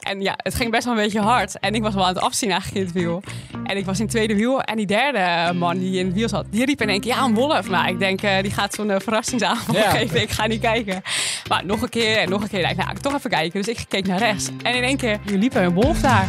En ja, het ging best wel een beetje hard. En ik was wel aan het afzien eigenlijk in het wiel. En ik was in het tweede wiel. En die derde man die in het wiel zat, die riep in één keer, ja, een wolf. Maar ik denk, die gaat zo'n verrassingsaanval geven. Ik ga niet kijken. Maar nog een keer en nog een keer. Ik dacht, toch even kijken. Dus ik keek naar rechts. En in één keer liep er een wolf daar.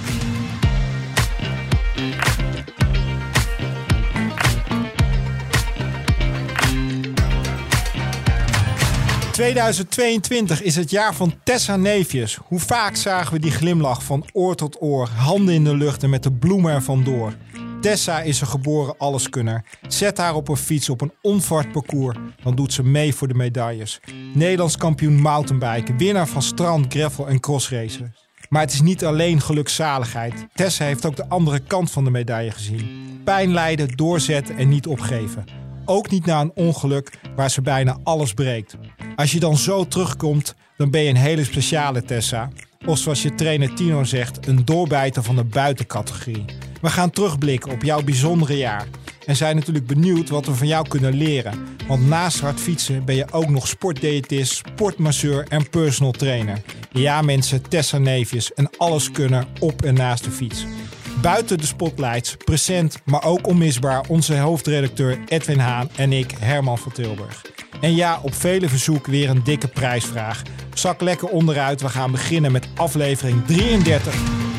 ...2022 is het jaar van Tessa Neefjes. Hoe vaak zagen we die glimlach van oor tot oor... handen in de lucht en met de bloemen er vandoor. Tessa is een geboren alleskunner. Zet haar op een fiets op een onverhard parcours... dan doet ze mee voor de medailles. Nederlands kampioen mountainbiken... winnaar van strand, gravel en crossracen. Maar het is niet alleen gelukzaligheid. Tessa heeft ook de andere kant van de medaille gezien. Pijn lijden, doorzetten en niet opgeven. Ook niet na een ongeluk waar ze bijna alles breekt. Als je dan zo terugkomt, dan ben je een hele speciale Tessa. Of zoals je trainer Tino zegt, een doorbijter van de buitencategorie. We gaan terugblikken op jouw bijzondere jaar. En zijn natuurlijk benieuwd wat we van jou kunnen leren. Want naast hard fietsen ben je ook nog sportdiëtist, sportmasseur en personal trainer. Ja mensen, Tessa Neefjes, een alleskunner op en naast de fiets. Buiten de spotlights, present, maar ook onmisbaar onze hoofdredacteur Edwin Haan en ik, Herman van Tilburg. En ja, op vele verzoek weer een dikke prijsvraag. Zak lekker onderuit, we gaan beginnen met aflevering 33.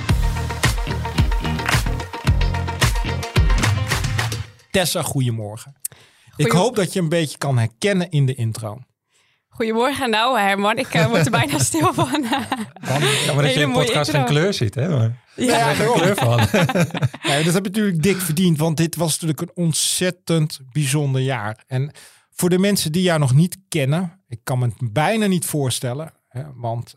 Tessa, goedemorgen. Ik hoop dat je een beetje kan herkennen in de intro. Goedemorgen, nou Herman, ik word er bijna stil van. Ja, maar dat je in podcast geen kleur ziet, hè? Maar ja, geen kleur van. Ja, dat heb je natuurlijk dik verdiend, want dit was natuurlijk een ontzettend bijzonder jaar. En voor de mensen die jou nog niet kennen, ik kan me het bijna niet voorstellen, hè, want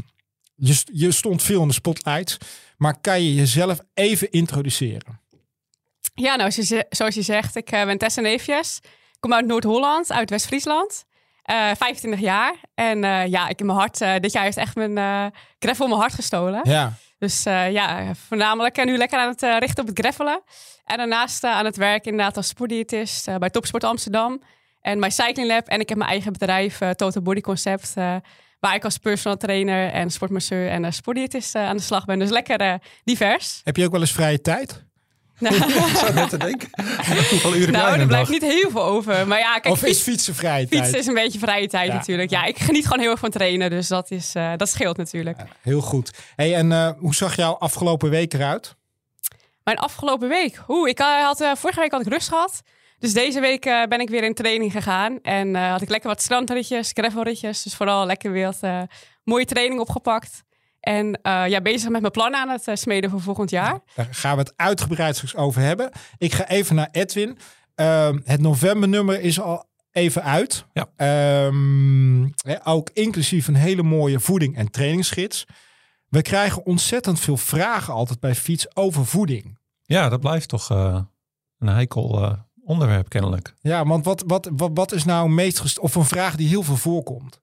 je stond veel in de spotlights, maar kan je jezelf even introduceren? Ja, nou, zoals je zegt, ik ben Tessa Neefjes. Ik kom uit Noord-Holland, uit West-Friesland. 25 jaar. En ik in mijn hart, dit jaar heeft echt mijn gravel mijn hart gestolen. Ja. Dus voornamelijk nu lekker aan het richten op het gravelen. En daarnaast aan het werk inderdaad als sportdiëtist bij Topsport Amsterdam. En mijn Cycling Lab. En ik heb mijn eigen bedrijf, Total Body Concept. Waar ik als personal trainer en sportmasseur en sportdiëtist aan de slag ben. Dus lekker divers. Heb je ook wel eens vrije tijd? Nou, Ik zat net te denken. Hoeveel uren nou, er blijft niet heel veel over. Maar ja, kijk, of is fietsen vrije tijd? Fietsen is een beetje vrije tijd natuurlijk. Ja, ik geniet gewoon heel erg van trainen. Dus dat scheelt natuurlijk. Ja, heel goed. Hey, en hoe zag jouw afgelopen week eruit? Mijn afgelopen week? Vorige week had ik rust gehad. Dus deze week ben ik weer in training gegaan. En had ik lekker wat strandritjes, gravelritjes. Dus vooral lekker weer wat mooie training opgepakt. En bezig met mijn plannen aan het smeden voor volgend jaar. Daar gaan we het uitgebreid straks over hebben. Ik ga even naar Edwin. Het novembernummer is al even uit. Ja. Ook inclusief een hele mooie voeding- en trainingsgids. We krijgen ontzettend veel vragen altijd bij fiets over voeding. Ja, dat blijft toch een heikel onderwerp kennelijk. Ja, want wat is nou meest of een vraag die heel veel voorkomt?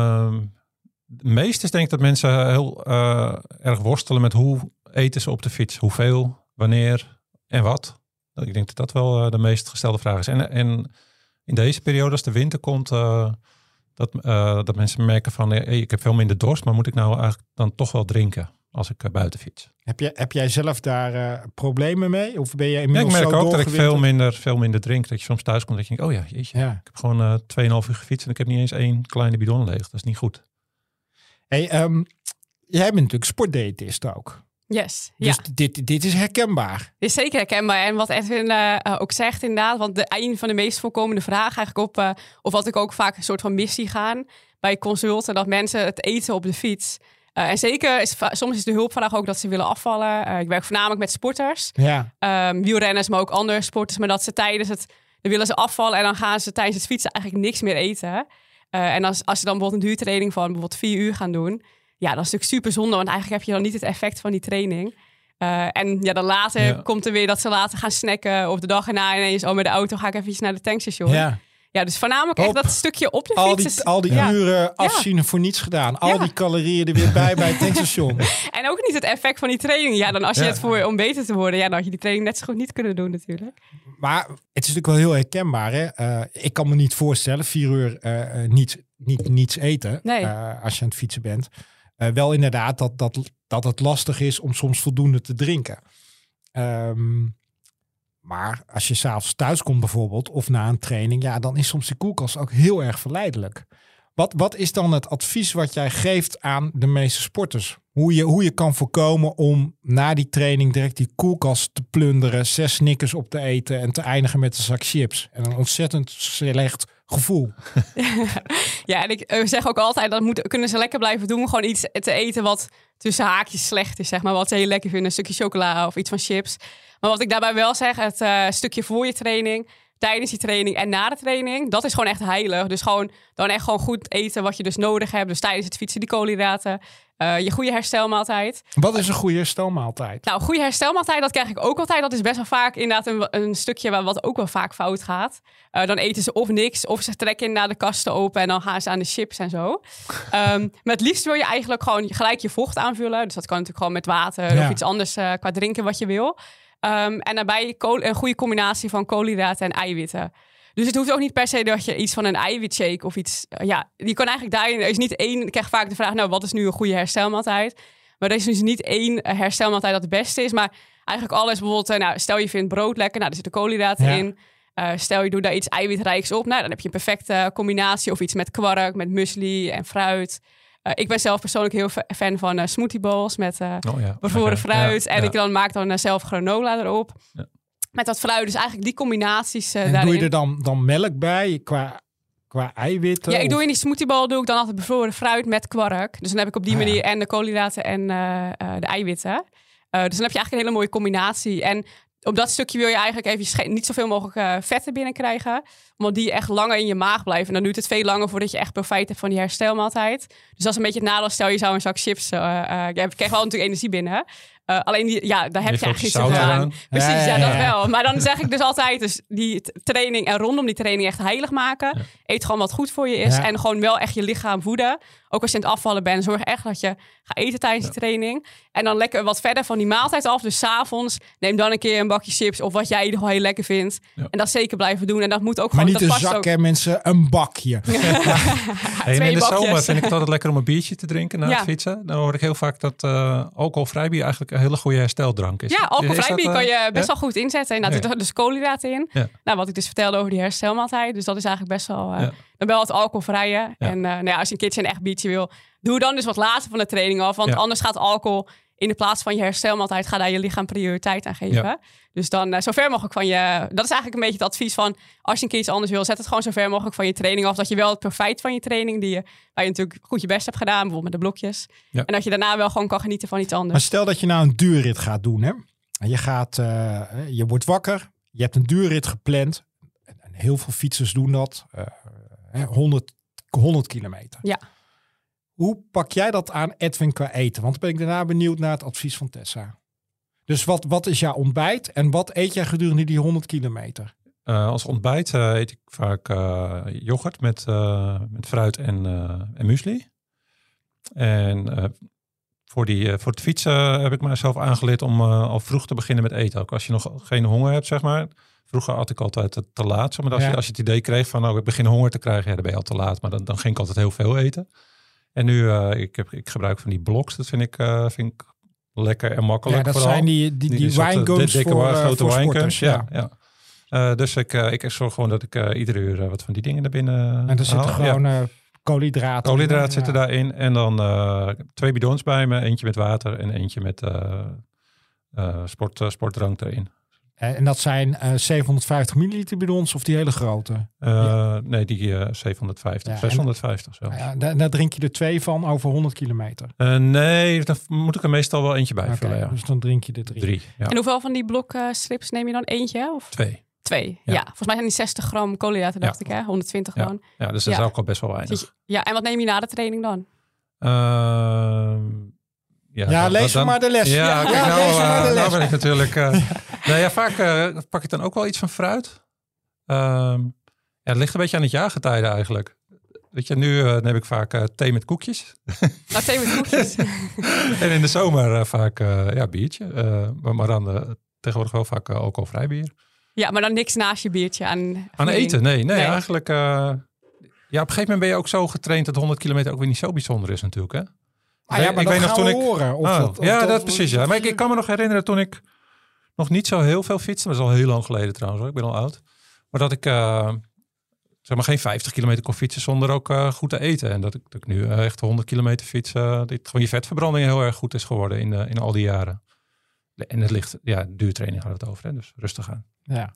Het meeste is denk ik dat mensen heel erg worstelen met hoe eten ze op de fiets. Hoeveel, wanneer en wat. Ik denk dat dat wel de meest gestelde vraag is. En in deze periode, als de winter komt, dat mensen merken van ik heb veel minder dorst, maar moet ik nou eigenlijk dan toch wel drinken als ik buiten fiets? Heb jij zelf daar problemen mee? Of ben je inmiddels ik merk zo ook dat ik doorgewinterd? veel minder drink. Dat je soms thuis komt dat je denkt, oh ja, jeetje. Ja. Ik heb gewoon 2,5 uur gefietst en ik heb niet eens 1 kleine bidon leeg. Dat is niet goed. Hey, jij bent natuurlijk sportdiëtist ook. Yes, dus ja. Dit is herkenbaar. Dit is zeker herkenbaar. En wat Edwin ook zegt inderdaad, want een van de meest voorkomende vragen eigenlijk of wat ik ook vaak een soort van missie gaan bij consulten, dat mensen het eten op de fiets. En zeker, soms is de hulpvraag ook dat ze willen afvallen. Ik werk voornamelijk met sporters. Ja. Wielrenners, maar ook andere sporters. Maar dat ze dan willen ze afvallen en dan gaan ze tijdens het fietsen eigenlijk niks meer eten. En als ze dan bijvoorbeeld een duurtraining van bijvoorbeeld 4 uur gaan doen, ja, dat is natuurlijk super zonde, want eigenlijk heb je dan niet het effect van die training. En ja, dan later komt er weer dat ze later gaan snacken of de dag erna ineens, met de auto ga ik even naar de tankstation. Ja. Ja, dus voornamelijk echt dat stukje op de fiets. Al die uren afzien voor niets gedaan. Al die calorieën er weer bij het tankstation. En ook niet het effect van die training. Ja, dan als je het om beter te worden, dan had je die training net zo goed niet kunnen doen natuurlijk. Maar het is natuurlijk wel heel herkenbaar. Hè? Ik kan me niet voorstellen, 4 uur niets eten als je aan het fietsen bent. Wel inderdaad dat het lastig is om soms voldoende te drinken. Maar als je 's avonds thuis komt bijvoorbeeld of na een training, ja, dan is soms de koelkast ook heel erg verleidelijk. Wat is dan het advies wat jij geeft aan de meeste sporters? Hoe je kan voorkomen om na die training direct die koelkast te plunderen, 6 Snickers op te eten en te eindigen met een zak chips. En een ontzettend slecht gevoel. Ja, en ik zeg ook altijd, dat kunnen ze lekker blijven doen. Gewoon iets te eten wat tussen haakjes slecht is, zeg maar. Wat ze heel lekker vinden, een stukje chocola of iets van chips. Maar wat ik daarbij wel zeg, het stukje voor je training, tijdens je training en na de training, dat is gewoon echt heilig. Dus gewoon dan echt gewoon goed eten wat je dus nodig hebt. Dus tijdens het fietsen die koolhydraten, je goede herstelmaaltijd. Wat is een goede herstelmaaltijd? Nou, goede herstelmaaltijd, dat krijg ik ook altijd. Dat is best wel vaak inderdaad een stukje wat ook wel vaak fout gaat. Dan eten ze of niks, of ze trekken naar de kasten open en dan gaan ze aan de chips en zo. Maar het liefst wil je eigenlijk gewoon gelijk je vocht aanvullen. Dus dat kan natuurlijk gewoon met water of iets anders qua drinken wat je wil. En daarbij een goede combinatie van koolhydraten en eiwitten. Dus het hoeft ook niet per se dat je iets van een eiwitshake of iets... je kan eigenlijk daarin... Er is niet één... Ik krijg vaak de vraag, nou, wat is nu een goede herstelmaaltijd? Maar er is dus niet één herstelmaaltijd dat het beste is. Maar eigenlijk alles, bijvoorbeeld... stel je vindt brood lekker, nou, er zitten koolhydraten in. Stel je doet daar iets eiwitrijks op. Nou, dan heb je een perfecte combinatie. Of iets met kwark, met muesli en fruit. Ik ben zelf persoonlijk heel fan van smoothie bowls met bevroren fruit. Ja, en ik maak dan zelf granola erop. Ja. Met dat fruit. Dus eigenlijk die combinaties en daarin. Doe je er dan melk bij qua eiwitten? Ja, ik doe in die smoothie bowl doe ik dan altijd bevroren fruit met kwark. Dus dan heb ik op die manier en de koolhydraten en de eiwitten. Dus dan heb je eigenlijk een hele mooie combinatie. En op dat stukje wil je eigenlijk even niet zoveel mogelijk vetten binnenkrijgen. Omdat die echt langer in je maag blijven. En dan duurt het veel langer voordat je echt profijt hebt van die herstelmaaltijd. Dus dat is een beetje het nadeel. Stel je zou een zak chips... je krijgt wel natuurlijk energie binnen. Alleen daar heb je eigenlijk niet zoveel aan. Precies, dat wel. Maar dan zeg ik dus altijd, dus die training en rondom die training echt heilig maken. Ja. Eet gewoon wat goed voor je is. Ja. En gewoon wel echt je lichaam voeden. Ook als je aan het afvallen bent, zorg echt dat je gaat eten tijdens de training. En dan lekker wat verder van die maaltijd af. Dus 's avonds neem dan een keer een bakje chips of wat jij in ieder geval heel lekker vindt. Ja. En dat zeker blijven doen. En dat moet ook maar gewoon... niet een zak, hè, mensen, een bakje. En in de zomer vind ik het altijd lekker om een biertje te drinken na het fietsen. Dan hoor ik heel vaak dat alcoholvrij bier eigenlijk een hele goede hersteldrank is. Ja, alcoholvrij bier kan je best wel goed inzetten. En daar zitten dus koolhydraten in. Ja. Nou, wat ik dus vertelde over die herstelmaaltijd. Dus dat is eigenlijk best wel... Dan wel het alcoholvrije. Ja. En als je een keertje een echt biertje wil, doe dan dus wat later van de training af. Want anders gaat alcohol in de plaats van je herstelmaaltijd, ga daar je lichaam prioriteit aan geven. Ja. Dus dan zo ver mogelijk van je... Dat is eigenlijk een beetje het advies van, als je een keer iets anders wil, zet het gewoon zo ver mogelijk van je training af. Dat je wel het profijt van je training, waar je natuurlijk goed je best hebt gedaan, bijvoorbeeld met de blokjes. Ja. En dat je daarna wel gewoon kan genieten van iets anders. Maar stel dat je nou een duurrit gaat doen, hè? Je wordt wakker, je hebt een duurrit gepland. En heel veel fietsers doen dat. 100 kilometer. Ja. Hoe pak jij dat aan, Edwin, qua eten? Want dan ben ik daarna benieuwd naar het advies van Tessa. Dus wat is jouw ontbijt en wat eet jij gedurende die 100 kilometer? Als ontbijt eet ik vaak yoghurt met fruit en muesli. En voor het fietsen heb ik mezelf aangeleerd om al vroeg te beginnen met eten. Ook als je nog geen honger hebt, zeg maar. Vroeger at ik altijd te laat. Maar als je het idee kreeg van ik begin honger te krijgen, dan ben je al te laat. Maar dan ging ik altijd heel veel eten. En nu, ik gebruik van die bloks. Dat vind ik lekker en makkelijk. Ja, dat vooral. Zijn die wijngums dikke grote voor wijngums. Ja. Dus ik zorg gewoon dat ik iedere uur wat van die dingen naar binnen en er zitten gewoon koolhydraten. Koolhydraten zitten daarin. En dan 2 bidons bij me. Eentje met water en eentje met sportdrank erin. En dat zijn 750 milliliter bidons of die hele grote? Nee, die 750, 650 zelfs. Daar drink je er 2 van over 100 kilometer? Nee, dan moet ik er meestal wel eentje bij vullen. Ja. Dus dan drink je er 3. En hoeveel van die blokstrips neem je dan? Eentje? Of? 2. Ja. Volgens mij zijn die 60 gram koolhydraten, dacht ik, hè? 120 dan. Ja, dus dat is ook al best wel weinig. Ja, en wat neem je na de training dan? Lees maar de les. Ja, kijk, nou ben ik natuurlijk... vaak pak ik dan ook wel iets van fruit. Het ligt een beetje aan het jaargetijde eigenlijk. Weet je, nu neem ik vaak thee met koekjes. Thee met koekjes. En in de zomer vaak biertje. Maar dan tegenwoordig wel vaak alcoholvrij bier. Ja, maar dan niks naast je biertje aan eten? Nee, eigenlijk... op een gegeven moment ben je ook zo getraind dat 100 kilometer ook weer niet zo bijzonder is natuurlijk, hè? Maar dat gaan we horen. Dat precies. Ja. Maar ik kan me nog herinneren toen ik nog niet zo heel veel fietste. Dat is al heel lang geleden trouwens. Hoor. Ik ben al oud. Maar dat ik zeg maar geen 50 kilometer kon fietsen zonder ook goed te eten. En dat ik nu echt 100 kilometer fiets. Dat gewoon je vetverbranding heel erg goed is geworden in al die jaren. En het ligt, duurtraining gaat het over. Hè? Dus rustig aan. Ja.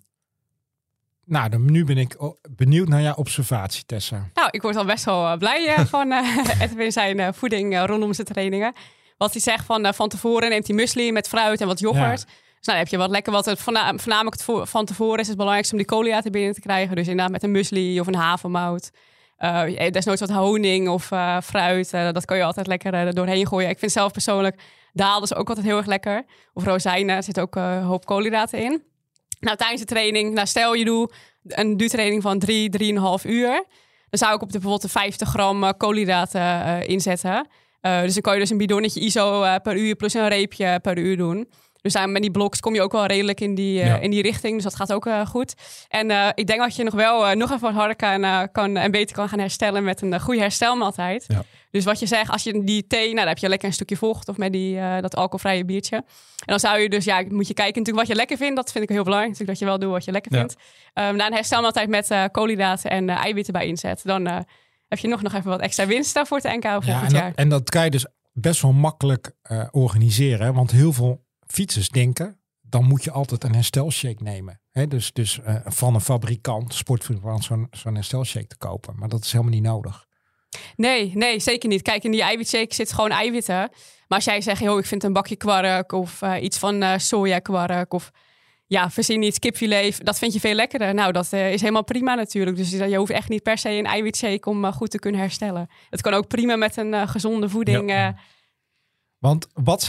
Nou, nu ben ik benieuwd naar jouw observatie, Tessa. Nou, ik word al best wel blij van Edwin zijn voeding rondom zijn trainingen. Wat hij zegt van tevoren neemt hij muesli met fruit en wat yoghurt. Ja. Dus nou, dan heb je wat lekker. Wat het voornamelijk van tevoren is het belangrijkste om die koolhydraten binnen te krijgen. Dus inderdaad met een muesli of een havermout. Desnoods wat honing of fruit. Dat kan je altijd lekker er doorheen gooien. Ik vind zelf persoonlijk daal is ook altijd heel erg lekker. Of rozijnen, er zit ook een hoop koolhydraten in. Nou, tijdens de training, stel je doet een duurtraining van 3,5 uur. Dan zou ik op bijvoorbeeld de 50 gram koolhydraten inzetten. Dus dan kan je dus een bidonnetje ISO per uur plus een reepje per uur doen. Dus met die bloks kom je ook wel redelijk in die richting. Dus dat gaat ook goed. En ik denk dat je nog wel nog even wat harder kan en beter kan gaan herstellen met een goede herstelmaaltijd. Ja. Dus wat je zegt, als je die thee, dan heb je lekker een stukje vocht of met dat alcoholvrije biertje. En dan zou je dus, moet je kijken natuurlijk wat je lekker vindt. Dat vind ik heel belangrijk, natuurlijk dat je wel doet wat je lekker vindt. Na een herstelmaaltijd met koolhydraten en eiwitten bij inzet. Dan heb je nog even wat extra winst voor het NK volgend jaar. En dat kan je dus best wel makkelijk organiseren. Want heel veel fietsers denken, dan moet je altijd een herstelshake nemen. He, dus van een fabrikant, sportfabrikant, zo'n herstelshake te kopen. Maar dat is helemaal niet nodig. Nee, zeker niet. Kijk, in die eiwitshake zit gewoon eiwitten. Maar als jij zegt, ik vind een bakje kwark of iets van sojakwark of verzin iets kipfilet, dat vind je veel lekkerder. Nou, dat is helemaal prima natuurlijk. Dus je hoeft echt niet per se een eiwitshake om goed te kunnen herstellen. Het kan ook prima met een gezonde voeding. Ja. Want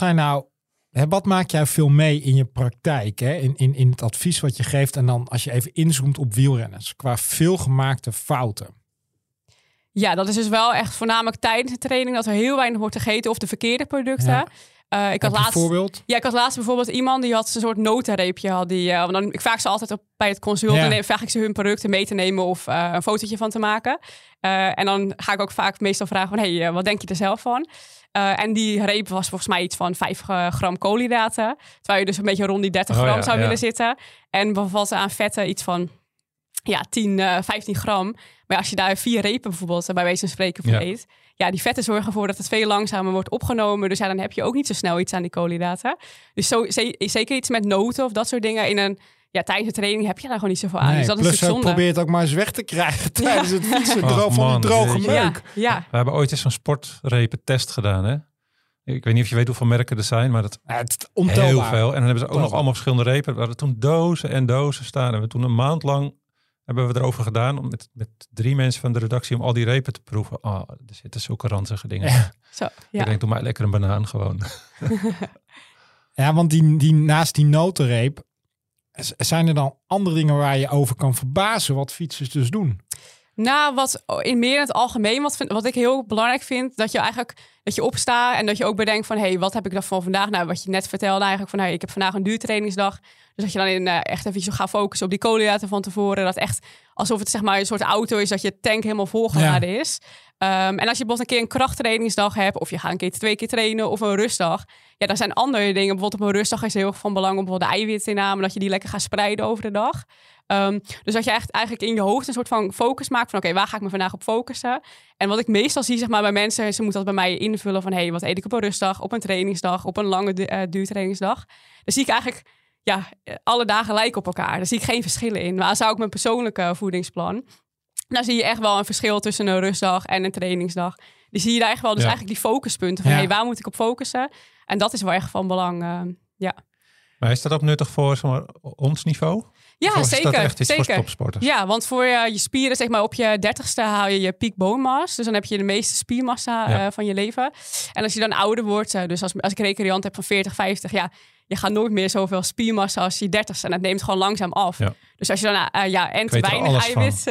wat maak jij veel mee in je praktijk? Hè? In het advies wat je geeft en dan als je even inzoomt op wielrenners qua veelgemaakte fouten. Ja, dat is dus wel echt voornamelijk tijdens de training dat er heel weinig wordt gegeten of de verkeerde producten. Ja. Ik had laatst voorbeeld. Ja, ik had laatst bijvoorbeeld iemand die had een soort notenreepje. Ik vraag ze altijd bij het consult en vraag ik ze hun producten mee te nemen of een fotootje van te maken. En dan ga ik ook vaak meestal vragen van wat denk je er zelf van? En die reep was volgens mij iets van 5 gram koolhydraten. Terwijl je dus een beetje rond die 30 gram zou willen zitten. En bevatte aan vetten iets van 10, 15 gram. Maar als je daar 4 repen bijvoorbeeld bij wijze van spreken voor eet. Ja, die vetten zorgen ervoor dat het veel langzamer wordt opgenomen. Dus dan heb je ook niet zo snel iets aan die koolhydraten. Dus zeker iets met noten of dat soort dingen tijdens de training heb je daar gewoon niet zoveel aan. Dus dat is zonde. Probeer het ook maar eens weg te krijgen tijdens het fietsen. Van die droge meuk. Ja. We hebben ooit eens zo'n sportrepen-test gedaan, hè? Ik weet niet of je weet hoeveel merken er zijn, maar het is ontelbaar. Heel veel. En dan hebben ze ook nog allemaal verschillende repen. We hadden toen dozen en dozen staan. En we toen een maand lang hebben we erover gedaan om met 3 mensen van de redactie om al die repen te proeven. Er zitten zulke ranzige dingen. Ik denk, doe maar lekker een banaan gewoon. Ja, want die naast die notenreep zijn er dan andere dingen waar je over kan verbazen wat fietsers dus doen? Nou, wat in het algemeen, wat ik heel belangrijk vind, dat je opstaat en dat je ook bedenkt van, wat heb ik daarvan vandaag? Nou, wat je net vertelde eigenlijk van, ik heb vandaag een duurtrainingsdag. Dus dat je dan echt even zo gaat focussen op die koolhydraten van tevoren. Dat echt alsof het zeg maar een soort auto is, dat je tank helemaal volgeladen is. En als je bijvoorbeeld een keer een krachttrainingsdag hebt, of je gaat een keer 2 keer trainen of een rustdag. Ja, dan zijn andere dingen. Bijvoorbeeld op een rustdag is heel erg van belang om bijvoorbeeld de eiwitinname, dat je die lekker gaat spreiden over de dag. Dus dat je echt eigenlijk in je hoofd een soort van focus maakt van waar ga ik me vandaag op focussen? En wat ik meestal zie zeg maar bij mensen, ze moeten dat bij mij invullen van wat eet ik op een rustdag, op een trainingsdag, op een lange duurtrainingsdag. Dan zie ik eigenlijk alle dagen lijken op elkaar. Daar zie ik geen verschillen in. Maar zou ik mijn persoonlijke voedingsplan, dan zie je echt wel een verschil tussen een rustdag en een trainingsdag. Die zie je daar echt wel. Dus eigenlijk die focuspunten van waar moet ik op focussen? En dat is wel echt van belang. Maar is dat ook nuttig voor ons niveau? Ja, zeker. Is dat echt iets voor topsporters? Ja, want voor je spieren, zeg maar op je 30ste haal je peak bone mass. Dus dan heb je de meeste spiermassa van je leven. En als je dan ouder wordt, dus als ik recreant heb van 40, 50, je gaat nooit meer zoveel spiermassa als je 30ste. En dat neemt gewoon langzaam af. Ja. Dus als je dan en te weinig eiwit.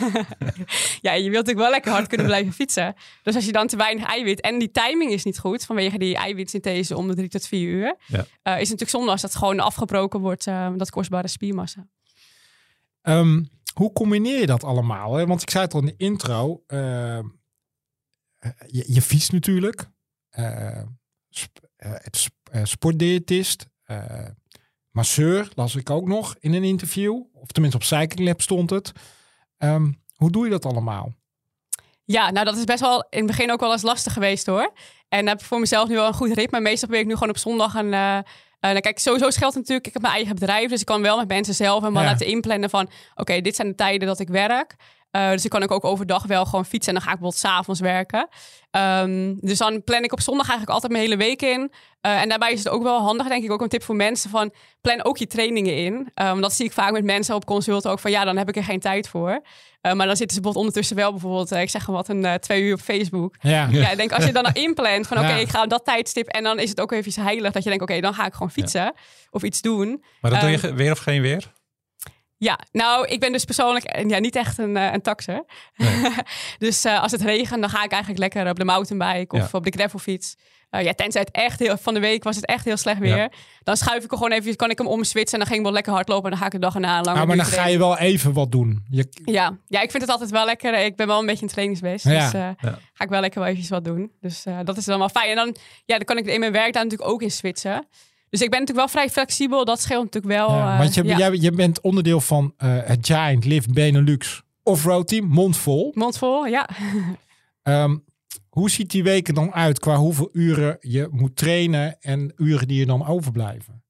Je wilt natuurlijk wel lekker hard kunnen blijven fietsen. Dus als je dan te weinig eiwit en die timing is niet goed vanwege die eiwitsynthese om de 3 tot 4 uur, is het natuurlijk zonde als dat gewoon afgebroken wordt, dat kostbare spiermassa. Hoe combineer je dat allemaal? Hè? Want ik zei het al in de intro. Je fietst natuurlijk. sportdiëtist, masseur, las ik ook nog in een interview. Of tenminste op Cycling Lab stond het. Hoe doe je dat allemaal? Ja, nou dat is best wel in het begin ook wel eens lastig geweest hoor. En heb ik voor mezelf nu wel een goed ritme. Meestal probeer ik nu gewoon op zondag kijk, sowieso scheelt het natuurlijk. Ik heb mijn eigen bedrijf, dus ik kan wel met mensen zelf helemaal laten inplannen van... Oké, dit zijn de tijden dat ik werk. Dus ik kan ook overdag wel gewoon fietsen en dan ga ik bijvoorbeeld 's avonds werken. Dus dan plan ik op zondag eigenlijk altijd mijn hele week in. En daarbij is het ook wel handig, denk ik, ook een tip voor mensen van plan ook je trainingen in. Dat zie ik vaak met mensen op consulten ook van dan heb ik er geen tijd voor. Maar dan zitten ze bijvoorbeeld ondertussen wel bijvoorbeeld, ik zeg maar wat, 2 uur op Facebook. Ja, ik denk als je dan inplant van ik ga op dat tijdstip en dan is het ook even heilig dat je denkt dan ga ik gewoon fietsen of iets doen. Maar dat doe je weer of geen weer? Ja, nou, ik ben dus persoonlijk niet echt een taxer. Nee. Dus als het regent, dan ga ik eigenlijk lekker op de mountainbike of op de gravelfiets. Tenzij het echt van de week was het echt heel slecht weer. Ja. Dan schuif ik er gewoon even, kan ik hem omswitchen en dan ging ik wel lekker hardlopen en dan ga ik de dag erna lang. Maar dan ga je wel even wat doen. Ja, ik vind het altijd wel lekker. Ik ben wel een beetje een trainingsbeest, dus ga ik wel lekker wel eventjes wat doen. Dus dat is dan wel fijn. En dan kan ik in mijn werk daar natuurlijk ook in switchen. Dus ik ben natuurlijk wel vrij flexibel. Dat scheelt natuurlijk wel. Want je bent onderdeel van het Giant Lift Benelux Offroad Team. Mondvol. Mondvol, ja. Hoe ziet die weken dan uit qua hoeveel uren je moet trainen en uren die je dan overblijven?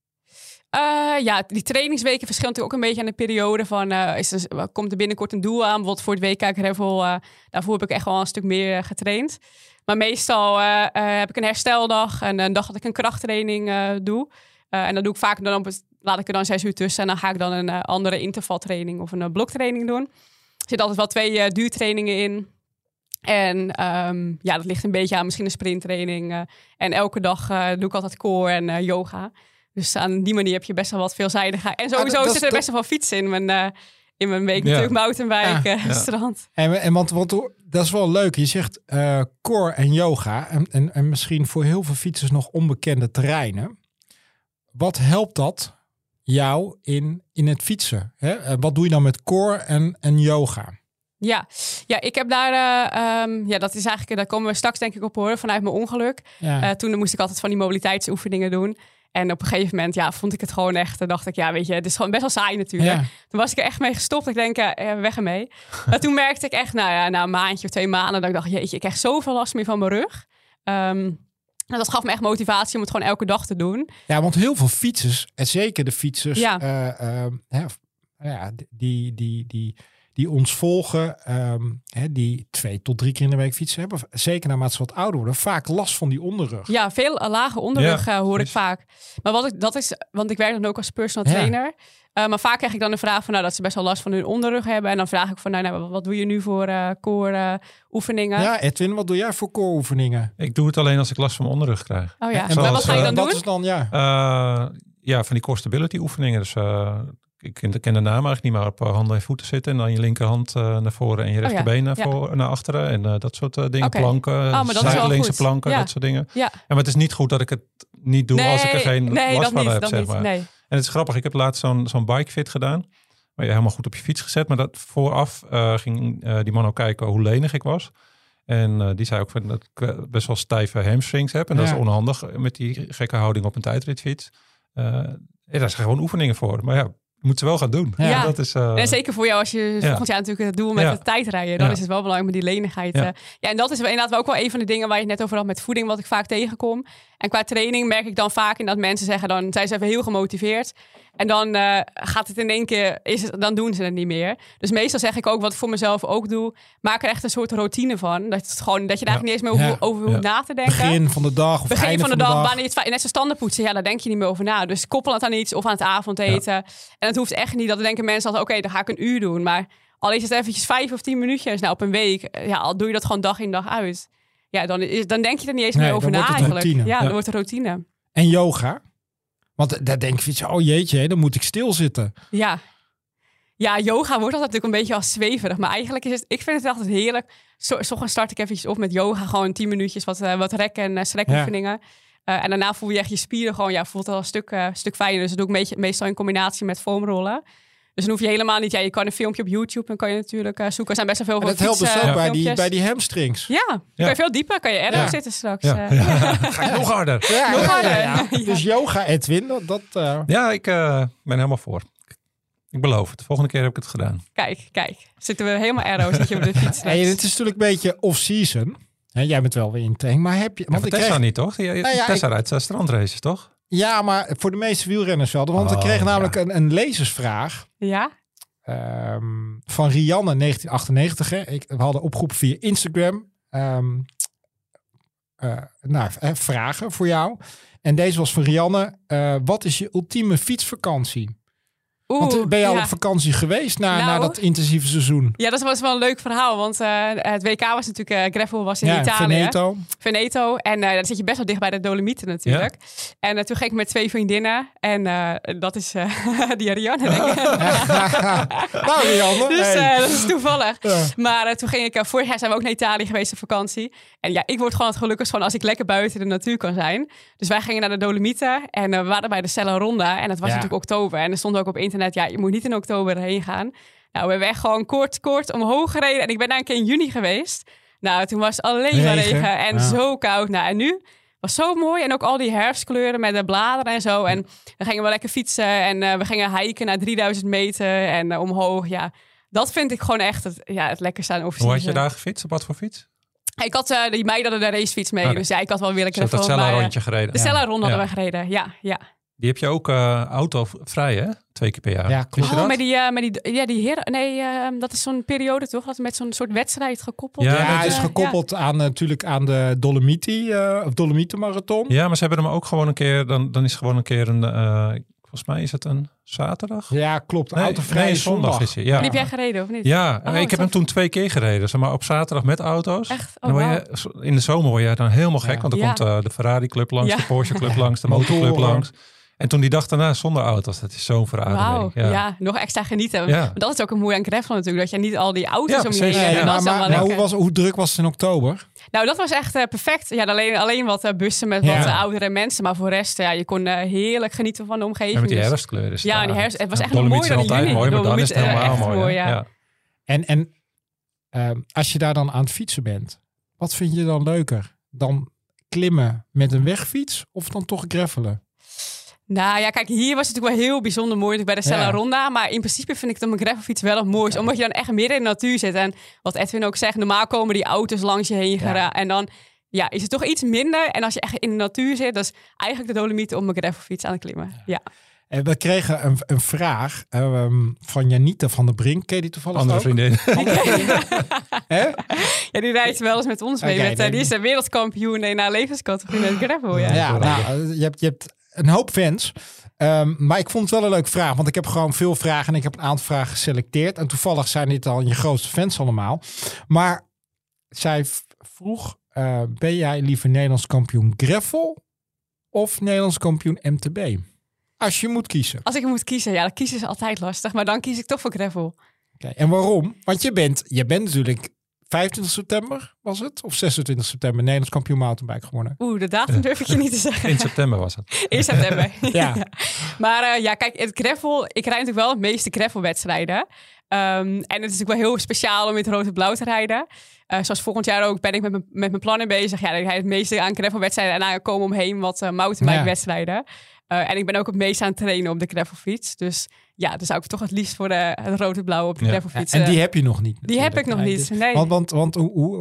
Die trainingsweken verschillen natuurlijk ook een beetje aan de periode van... komt er binnenkort een doel aan? Bijvoorbeeld voor het WK Gravel. Daarvoor heb ik echt wel een stuk meer getraind. Maar meestal heb ik een hersteldag en een dag dat ik een krachttraining doe. En dan doe ik vaak, laat ik er dan 6 uur tussen. En dan ga ik dan een andere intervaltraining of een bloktraining doen. Er zitten altijd wel 2 duurtrainingen in. En dat ligt een beetje aan misschien een sprinttraining. En elke dag doe ik altijd core en yoga. Dus aan die manier heb je best wel wat veelzijdigheid. En sowieso zit er best wel fietsen in mijn week natuurlijk, mountainbike, strand. Want dat is wel leuk. Je zegt core en yoga en misschien voor heel veel fietsers nog onbekende terreinen. Wat helpt dat jou in het fietsen? Hè? Wat doe je dan met core en yoga? Ja, ik heb daar, dat is eigenlijk, daar komen we straks denk ik op horen vanuit mijn ongeluk. Ja. Toen moest ik altijd van die mobiliteitsoefeningen doen. En op een gegeven moment vond ik het gewoon echt. Dan dacht ik, het is gewoon best wel saai natuurlijk. Ja. Toen was ik er echt mee gestopt. Ik denk, weg ermee. Maar toen merkte ik echt, na een maandje of 2 maanden... dat ik dacht, jeetje, ik krijg zoveel last meer van mijn rug. Dat gaf me echt motivatie om het gewoon elke dag te doen. Ja, want heel veel fietsers, en zeker de fietsers... die ons volgen, die 2 tot 3 keer in de week fietsen hebben, zeker naarmate ze wat ouder worden, vaak last van die onderrug. Ja, veel lage onderrug hoor ik vaak. Maar want ik werk dan ook als personal trainer. Maar vaak krijg ik dan de vraag van dat ze best wel last van hun onderrug hebben. En dan vraag ik van wat doe je nu voor core oefeningen? Ja, Edwin, wat doe jij voor core oefeningen? Ik doe het alleen als ik last van mijn onderrug krijg. Oh ja, maar wat ga je dan doen? Is dan, van die core stability oefeningen. Dus ik ken de naam eigenlijk niet, maar op handen en voeten zitten. En dan je linkerhand naar voren en je rechterbeen naar achteren. En dat soort dingen. Okay. Planken, zijdelingse planken, dat soort dingen. Ja. Maar het is niet goed dat ik het niet doe als ik er geen last van heb, zeg maar. Nee. En het is grappig, ik heb laatst zo'n bikefit gedaan. Maar je helemaal goed op je fiets gezet. Maar dat vooraf ging die man ook kijken hoe lenig ik was. En die zei ook dat ik best wel stijve hamstrings heb. En dat is onhandig met die gekke houding op een tijdritfiets. Daar zijn gewoon oefeningen voor. Maar moet ze wel gaan doen. Ja. Dat is, en zeker voor jou als je volgend jaar natuurlijk het doel met het tijdrijden. Dan is het wel belangrijk met die lenigheid. En dat is inderdaad wel ook wel een van de dingen waar je het net over had met voeding, wat ik vaak tegenkom. En qua training merk ik dan vaak in dat mensen zeggen, dan zijn ze even heel gemotiveerd. En dan gaat het in één keer, dan doen ze het niet meer. Dus meestal zeg ik ook, wat ik voor mezelf ook doe, maak er echt een soort routine van. Dat je er eigenlijk niet eens meer over hoeft na te denken. Begin van de dag of Begin van de dag. Wanneer je net zo standen poetsen, daar denk je niet meer over na. Dus koppel het aan iets of aan het avondeten. En het hoeft echt niet, dat denken mensen altijd, oké, dan ga ik een uur doen. Maar al is het eventjes 5 of 10 minuutjes op een week, al doe je dat gewoon dag in dag uit. Ja, dan denk je er niet eens meer over na eigenlijk. Routine. Ja, dan wordt het routine. En yoga? Want daar denk je, oh jeetje, dan moet ik stilzitten. Ja, yoga wordt altijd natuurlijk een beetje als zweverig. Maar eigenlijk is het, ik vind het altijd heerlijk. Ochtends start ik eventjes op met yoga. Gewoon 10 minuutjes, wat rekken en strekoefeningen. En daarna voel je echt je spieren gewoon, voelt al een stuk fijner. Dus dat doe ik meestal in combinatie met foamrollen. Dus dan hoef je helemaal niet... Ja, je kan een filmpje op YouTube en kan je natuurlijk zoeken. Er zijn best wel veel En dat helpt dus ook bij die hamstrings. Ja, kan je veel dieper. Kan je erg zitten straks. Ga je nog harder. Nog harder. Ja. Dus yoga, Edwin, Ja, ik ben helemaal voor. Ik beloof het. De volgende keer heb ik het gedaan. Kijk. Zitten we helemaal arrow, zit je op de fiets. En het is natuurlijk een beetje off-season. Jij bent wel weer in training, maar heb je... Want Tessa niet, toch? Tessa rijdt strandraces, toch? Ja, maar voor de meeste wielrenners wel. Want ik kreeg namelijk een lezersvraag. Ja? Van Rianne 1998. Hè. We hadden opgeroepen via Instagram. Vragen voor jou. En deze was van Rianne. Wat is je ultieme fietsvakantie? Want ben je al op vakantie geweest na dat intensieve seizoen? Ja, dat was wel een leuk verhaal. Want het WK was natuurlijk... Gravel was in Italië. Veneto. En daar zit je best wel dicht bij de Dolomieten natuurlijk. Ja. En toen ging ik met 2 vriendinnen. En dat is die Rianne, denk ik. Nou, Rianne. Dus dat is toevallig. Ja. Maar toen ging ik... vorig jaar zijn we ook naar Italië geweest op vakantie. En ja, ik word gewoon het gelukkigst als ik lekker buiten de natuur kan zijn. Dus wij gingen naar de Dolomieten. En we waren bij de Sella Ronda. En dat was natuurlijk oktober. En er stond ook op internet... Ja, je moet niet in oktober heen gaan. Nou, we hebben echt gewoon kort omhoog gereden. En ik ben daar een keer in juni geweest. Nou, toen was het alleen maar regen en zo koud. Nou, en nu was zo mooi. En ook al die herfstkleuren met de bladeren en zo. En dan gingen we lekker fietsen. En we gingen hiken naar 3000 meter en omhoog. Ja, dat vind ik gewoon echt het lekkerste aan off-season. Hoe had je daar gefietst? Op wat voor fiets? Ik had die meiden hadden de racefiets mee. Okay. Dus ja, ik had wel weer lekker dat Sella-rondje gereden. De Sella-ronde hadden we gereden, ja. Die heb je ook autovrij, hè? 2 keer per jaar. Ja, klopt. Dat is zo'n periode toch? Dat met zo'n soort wedstrijd gekoppeld. Ja, hij is gekoppeld aan de Dolomietenmarathon. Ja, maar ze hebben hem ook gewoon een keer. Dan is gewoon een keer een. Volgens mij is het een zaterdag. Ja, klopt. Autovrije zondag is hij. Ja. En heb jij gereden of niet? Ja, ik heb hem toen 2 keer gereden. Zeg maar op zaterdag met auto's. Echt? In de zomer word je dan helemaal gek. Want dan komt de Ferrari Club langs, de Porsche Club langs, de Motorclub langs. En toen die dag daarna zonder auto's, dat is zo'n verademing. Ja, nog extra genieten. Ja. Maar dat is ook een mooi aan gravel natuurlijk, dat je niet al die auto's om je heen hebt. Maar hoe druk was het in oktober? Nou, dat was echt perfect. Ja, alleen wat bussen met wat oudere mensen. Maar voor de rest, je kon heerlijk genieten van de omgeving. En met die herfstkleuren. Ja, die herfst. Het was echt nog mooier dan in juni. Mooi, maar dan is het helemaal mooi. Ja. En als je daar dan aan het fietsen bent, wat vind je dan leuker? Dan klimmen met een wegfiets of dan toch gravelen? Nou ja, kijk, hier was het natuurlijk wel heel bijzonder mooi bij de Sella Ronda. Maar in principe vind ik het op een gravelfiets wel het mooiste. Omdat je dan echt midden in de natuur zit. En wat Edwin ook zegt, normaal komen die auto's langs je heen gereden. En dan is het toch iets minder. En als je echt in de natuur zit, dat is eigenlijk de Dolomieten op een gravelfiets aan het klimmen. Ja. En we kregen een vraag van Janita van der Brink. Ken je die toevallig Andere ook? vriendin. Ja, die rijdt wel eens met ons mee. Die is de wereldkampioen in haar levenscategorie met gravel. Je hebt een hoop fans. Maar ik vond het wel een leuke vraag. Want ik heb gewoon veel vragen. En ik heb een aantal vragen geselecteerd. En toevallig zijn dit al je grootste fans allemaal. Maar zij vroeg... ben jij liever Nederlands kampioen gravel of Nederlands kampioen MTB? Als je moet kiezen. Als ik moet kiezen, dan kiezen is altijd lastig. Maar dan kies ik toch voor gravel. Okay, en waarom? Want je bent natuurlijk 25 september was het? Of 26 september Nederlands kampioen mountainbike gewonnen? De datum durf ik je niet te zeggen. In september was het. In september. Ja. Maar kijk, het gravel... Ik rijd natuurlijk wel het meeste gravelwedstrijden. En het is natuurlijk wel heel speciaal om in het rood en blauw te rijden. Zoals volgend jaar ook ben ik met mijn plannen bezig. Ja, ik rijd het meeste aan gravelwedstrijden. En dan komen omheen wat mountainbike wedstrijden. En ik ben ook het meest aan het trainen op de gravelfiets. Dus ja, dan zou ik toch het liefst voor het rood en blauw op de gravelfiets. En die heb je nog niet? Die heb ik nog niet, nee. Want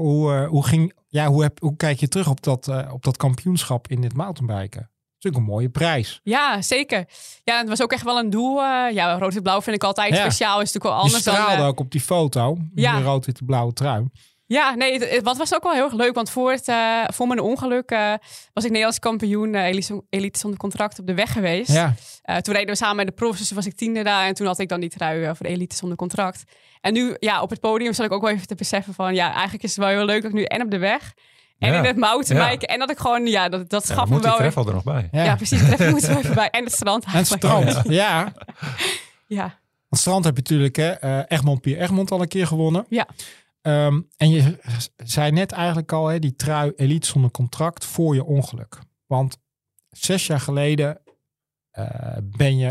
hoe kijk je terug op dat kampioenschap in dit mountainbiken? Dat is natuurlijk een mooie prijs. Ja, zeker. Ja, het was ook echt wel een doel. Rood en blauw vind ik altijd speciaal. Is natuurlijk wel anders dan... Je straalde ook op die foto. Ja. De rood-witte-blauwe trui. Ja, nee, wat was ook wel heel erg leuk. Want voor mijn ongeluk was ik Nederlands kampioen elite zonder contract op de weg geweest. Ja. Toen reden we samen met de profs, dus was ik 10e daar. En toen had ik dan die trui voor de elite zonder contract. En nu, op het podium zat ik ook wel even te beseffen van... eigenlijk is het wel heel leuk dat ik nu en op de weg... en in het mountainbiken. En dat ik gewoon, dat schaf me wel... moet die gravel er nog bij. Ja, precies. De gravel moet er even bij. En het strand. En het strand, ja. Ja. Het strand heb je natuurlijk, Egmond al een keer gewonnen. Ja. En je zei net eigenlijk al, die trui elite zonder contract voor je ongeluk. Want 6 jaar geleden ben je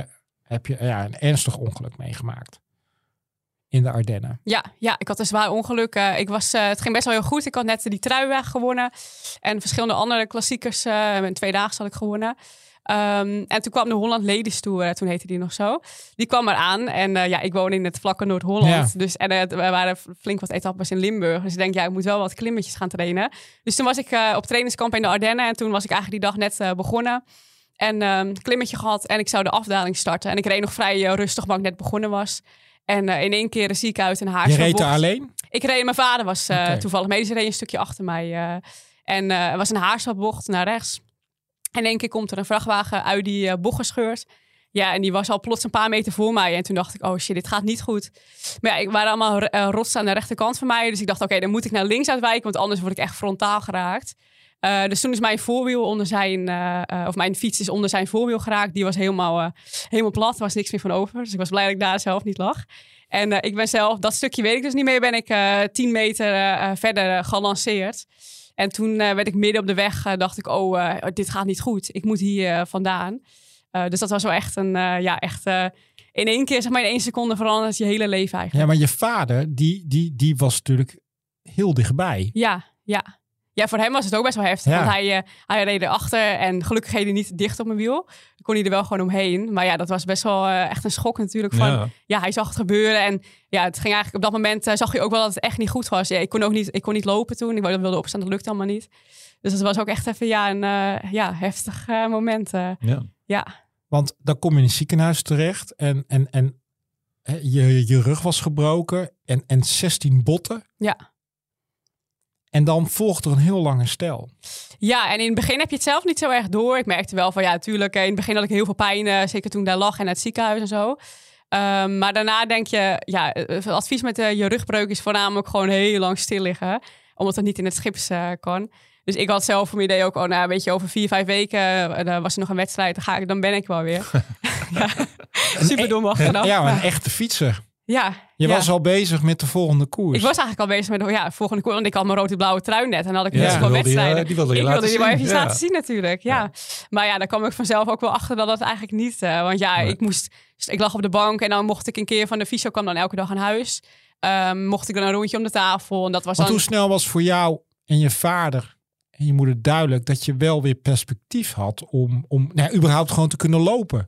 heb je een ernstig ongeluk meegemaakt. In de Ardennen. Ja, ik had een zwaar ongeluk. Het ging best wel heel goed. Ik had net die trui gewonnen. En verschillende andere klassiekers. In 2 dagen had ik gewonnen. En toen kwam de Holland Ladies Tour. Toen heette die nog zo. Die kwam eraan. En ik woon in het vlakke Noord-Holland. Ja. Dus, en er waren flink wat etappes in Limburg. Dus ik denk, ik moet wel wat klimmetjes gaan trainen. Dus toen was ik op trainingskamp in de Ardennen. En toen was ik eigenlijk die dag net begonnen. En klimmetje gehad. En ik zou de afdaling starten. En ik reed nog vrij rustig, omdat ik net begonnen was. En in 1 keer een ziekenhuis in Haarlem. Je reed er alleen? Ik reed, mijn vader was toevallig medisch, reed een stukje achter mij. Er was een haarstapbocht naar rechts. En in 1 keer komt er een vrachtwagen uit die bocht gescheurd. Ja, en die was al plots een paar meter voor mij. En toen dacht ik, oh shit, dit gaat niet goed. Maar ja, ik waren allemaal rotsen aan de rechterkant van mij. Dus ik dacht, oké, dan moet ik naar links uitwijken. Want anders word ik echt frontaal geraakt. Dus toen is mijn voorwiel onder zijn... of mijn fiets is onder zijn voorwiel geraakt. Die was helemaal plat. Er was niks meer van over. Dus ik was blij dat ik daar zelf niet lag. En ik ben zelf... Dat stukje weet ik dus niet meer. Ben ik 10 meter verder gelanceerd. En toen werd ik midden op de weg. Dacht ik, dit gaat niet goed. Ik moet hier vandaan. Dus dat was wel echt in 1 keer, zeg maar in 1 seconde veranderd je hele leven eigenlijk. Ja, maar je vader, die was natuurlijk heel dichtbij. Ja. Ja, voor hem was het ook best wel heftig. Ja. Want hij reed erachter en gelukkig reed hij niet dicht op mijn wiel. Dan kon hij er wel gewoon omheen. Maar ja, dat was best wel echt een schok natuurlijk. Hij zag het gebeuren. En ja, het ging eigenlijk op dat moment zag je ook wel dat het echt niet goed was. Ja, ik kon niet lopen toen. Ik wilde opstaan, dat lukte allemaal niet. Dus dat was ook echt even een heftig moment. Ja. Want dan kom je in het ziekenhuis terecht en je rug was gebroken en 16 botten. Ja. En dan volgt er een heel lang herstel. Ja, en in het begin heb je het zelf niet zo erg door. Ik merkte wel van natuurlijk, in het begin had ik heel veel pijn. Zeker toen ik daar lag en naar het ziekenhuis en zo. Maar daarna denk je, het advies met je rugbreuk is voornamelijk gewoon heel lang stil liggen. Omdat het niet in het gips kan. Dus ik had zelf voor mijn idee ook, over 4-5 weken was er nog een wedstrijd. Dan ben ik wel weer. Super dom achteraf. Ja, een echte fietser. Ja. Je was al bezig met de volgende koers. Ik was eigenlijk al bezig met de volgende koers. Want ik had mijn rood-blauwe trui net. En dan had ik best wel wedstrijden. Die wilde je wel even laten zien natuurlijk. Ja. Maar ja, daar kwam ik vanzelf ook wel achter dat dat eigenlijk niet. Want ik lag op de bank. En dan mocht ik een keer van de fysio kwam dan elke dag aan huis. Mocht ik dan een rondje om de tafel. En dat was Want hoe snel was voor jou en je vader en je moeder duidelijk dat je wel weer perspectief had om überhaupt gewoon te kunnen lopen?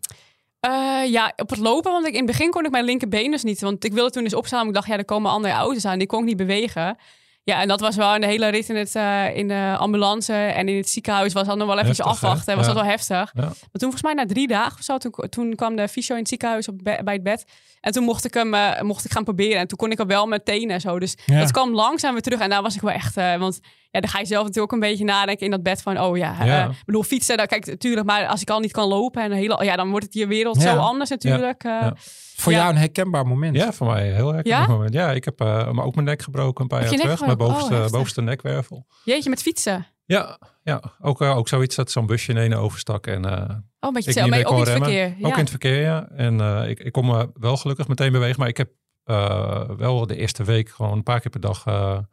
Op het lopen, want in het begin kon ik mijn linkerbeen dus niet. Want ik wilde toen dus opstaan, maar ik dacht, er komen andere auto's aan. Die kon ik niet bewegen. Ja, en dat was wel een hele rit in de ambulance en in het ziekenhuis was dat nog wel even afwachten. Was dat wel heftig. Ja. Maar toen volgens mij na 3 dagen of zo, toen kwam de fysio in het ziekenhuis bij het bed. En toen mocht ik gaan proberen. En toen kon ik er wel met tenen en zo. Dus dat kwam langzaam weer terug. En daar was ik wel echt... want dan ga je zelf natuurlijk ook een beetje nadenken in dat bed van... ik bedoel, fietsen, kijk, natuurlijk. Maar als ik al niet kan lopen, dan wordt het je wereld zo anders natuurlijk. Voor jou een herkenbaar moment? Ja, voor mij een heel herkenbaar moment. Ja, ik heb ook mijn nek gebroken een paar jaar terug. Mijn bovenste nekwervel. Jeetje, met fietsen? Ja. Ook zoiets dat zo'n busje in ene overstak. En, een beetje zelf, maar ook in het verkeer. Ook in het verkeer, ja. En ik kon me wel gelukkig meteen bewegen. Maar ik heb wel de eerste week gewoon een paar keer per dag...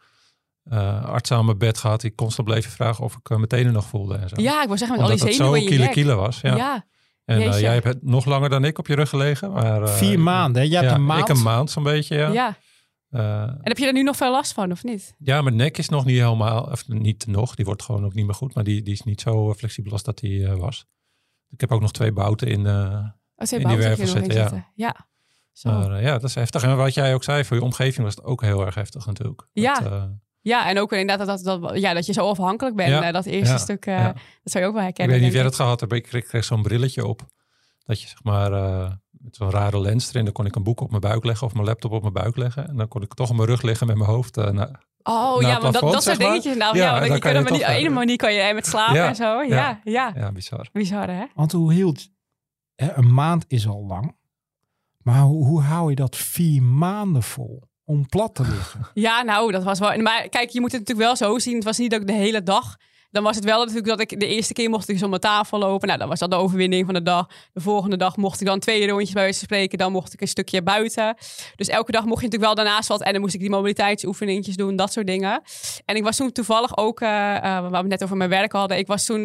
arts aan mijn bed gehad. Die constant bleven vragen of ik mijn tenen nog voelde. En zo. Ja, ik wil zeggen met al die zenuwen in je nek. Kiele was. Ja. En jij hebt het nog langer dan ik op je rug gelegen. Maar, 4 maanden, hè? Jij hebt een maand? Ik een maand zo'n beetje, ja. En heb je er nu nog veel last van, of niet? Ja, mijn nek is nog niet helemaal... Of niet nog, die wordt gewoon ook niet meer goed. Maar die is niet zo flexibel als dat die was. Ik heb ook nog 2 bouten in die wervel zitten. Ja. Maar dat is heftig. En wat jij ook zei, voor je omgeving was het ook heel erg heftig natuurlijk. Ja, en ook inderdaad dat je zo afhankelijk bent. Dat eerste stuk, dat zou je ook wel herkennen. Ik weet niet of jij dat gehad hebt. Ik kreeg zo'n brilletje op. Dat je zeg maar met zo'n rare lens erin. Dan kon ik een boek op mijn buik leggen of mijn laptop op mijn buik leggen. En dan kon ik toch op mijn rug liggen met mijn hoofd naar maar dat soort dingetjes. Nou, want je kunt op een manier kan je met slapen en zo. Ja, bizar. Bizar, hè? Want hoe hield... een maand is al lang. Maar hoe hou je dat 4 maanden vol? Om plat te liggen. Ja, nou, dat was wel... Maar kijk, je moet het natuurlijk wel zo zien. Het was niet dat ik de hele dag... Dan was het wel natuurlijk dat ik de eerste keer mocht ik dus om mijn tafel lopen. Nou, dan was dat de overwinning van de dag. De volgende dag mocht ik dan 2 rondjes bij wijze van spreken. Dan mocht ik een stukje buiten. Dus elke dag mocht je natuurlijk wel daarnaast wat. En dan moest ik die mobiliteitsoefeningetjes doen. Dat soort dingen. En ik was toen toevallig ook... waar we het net over mijn werk hadden. Ik was toen...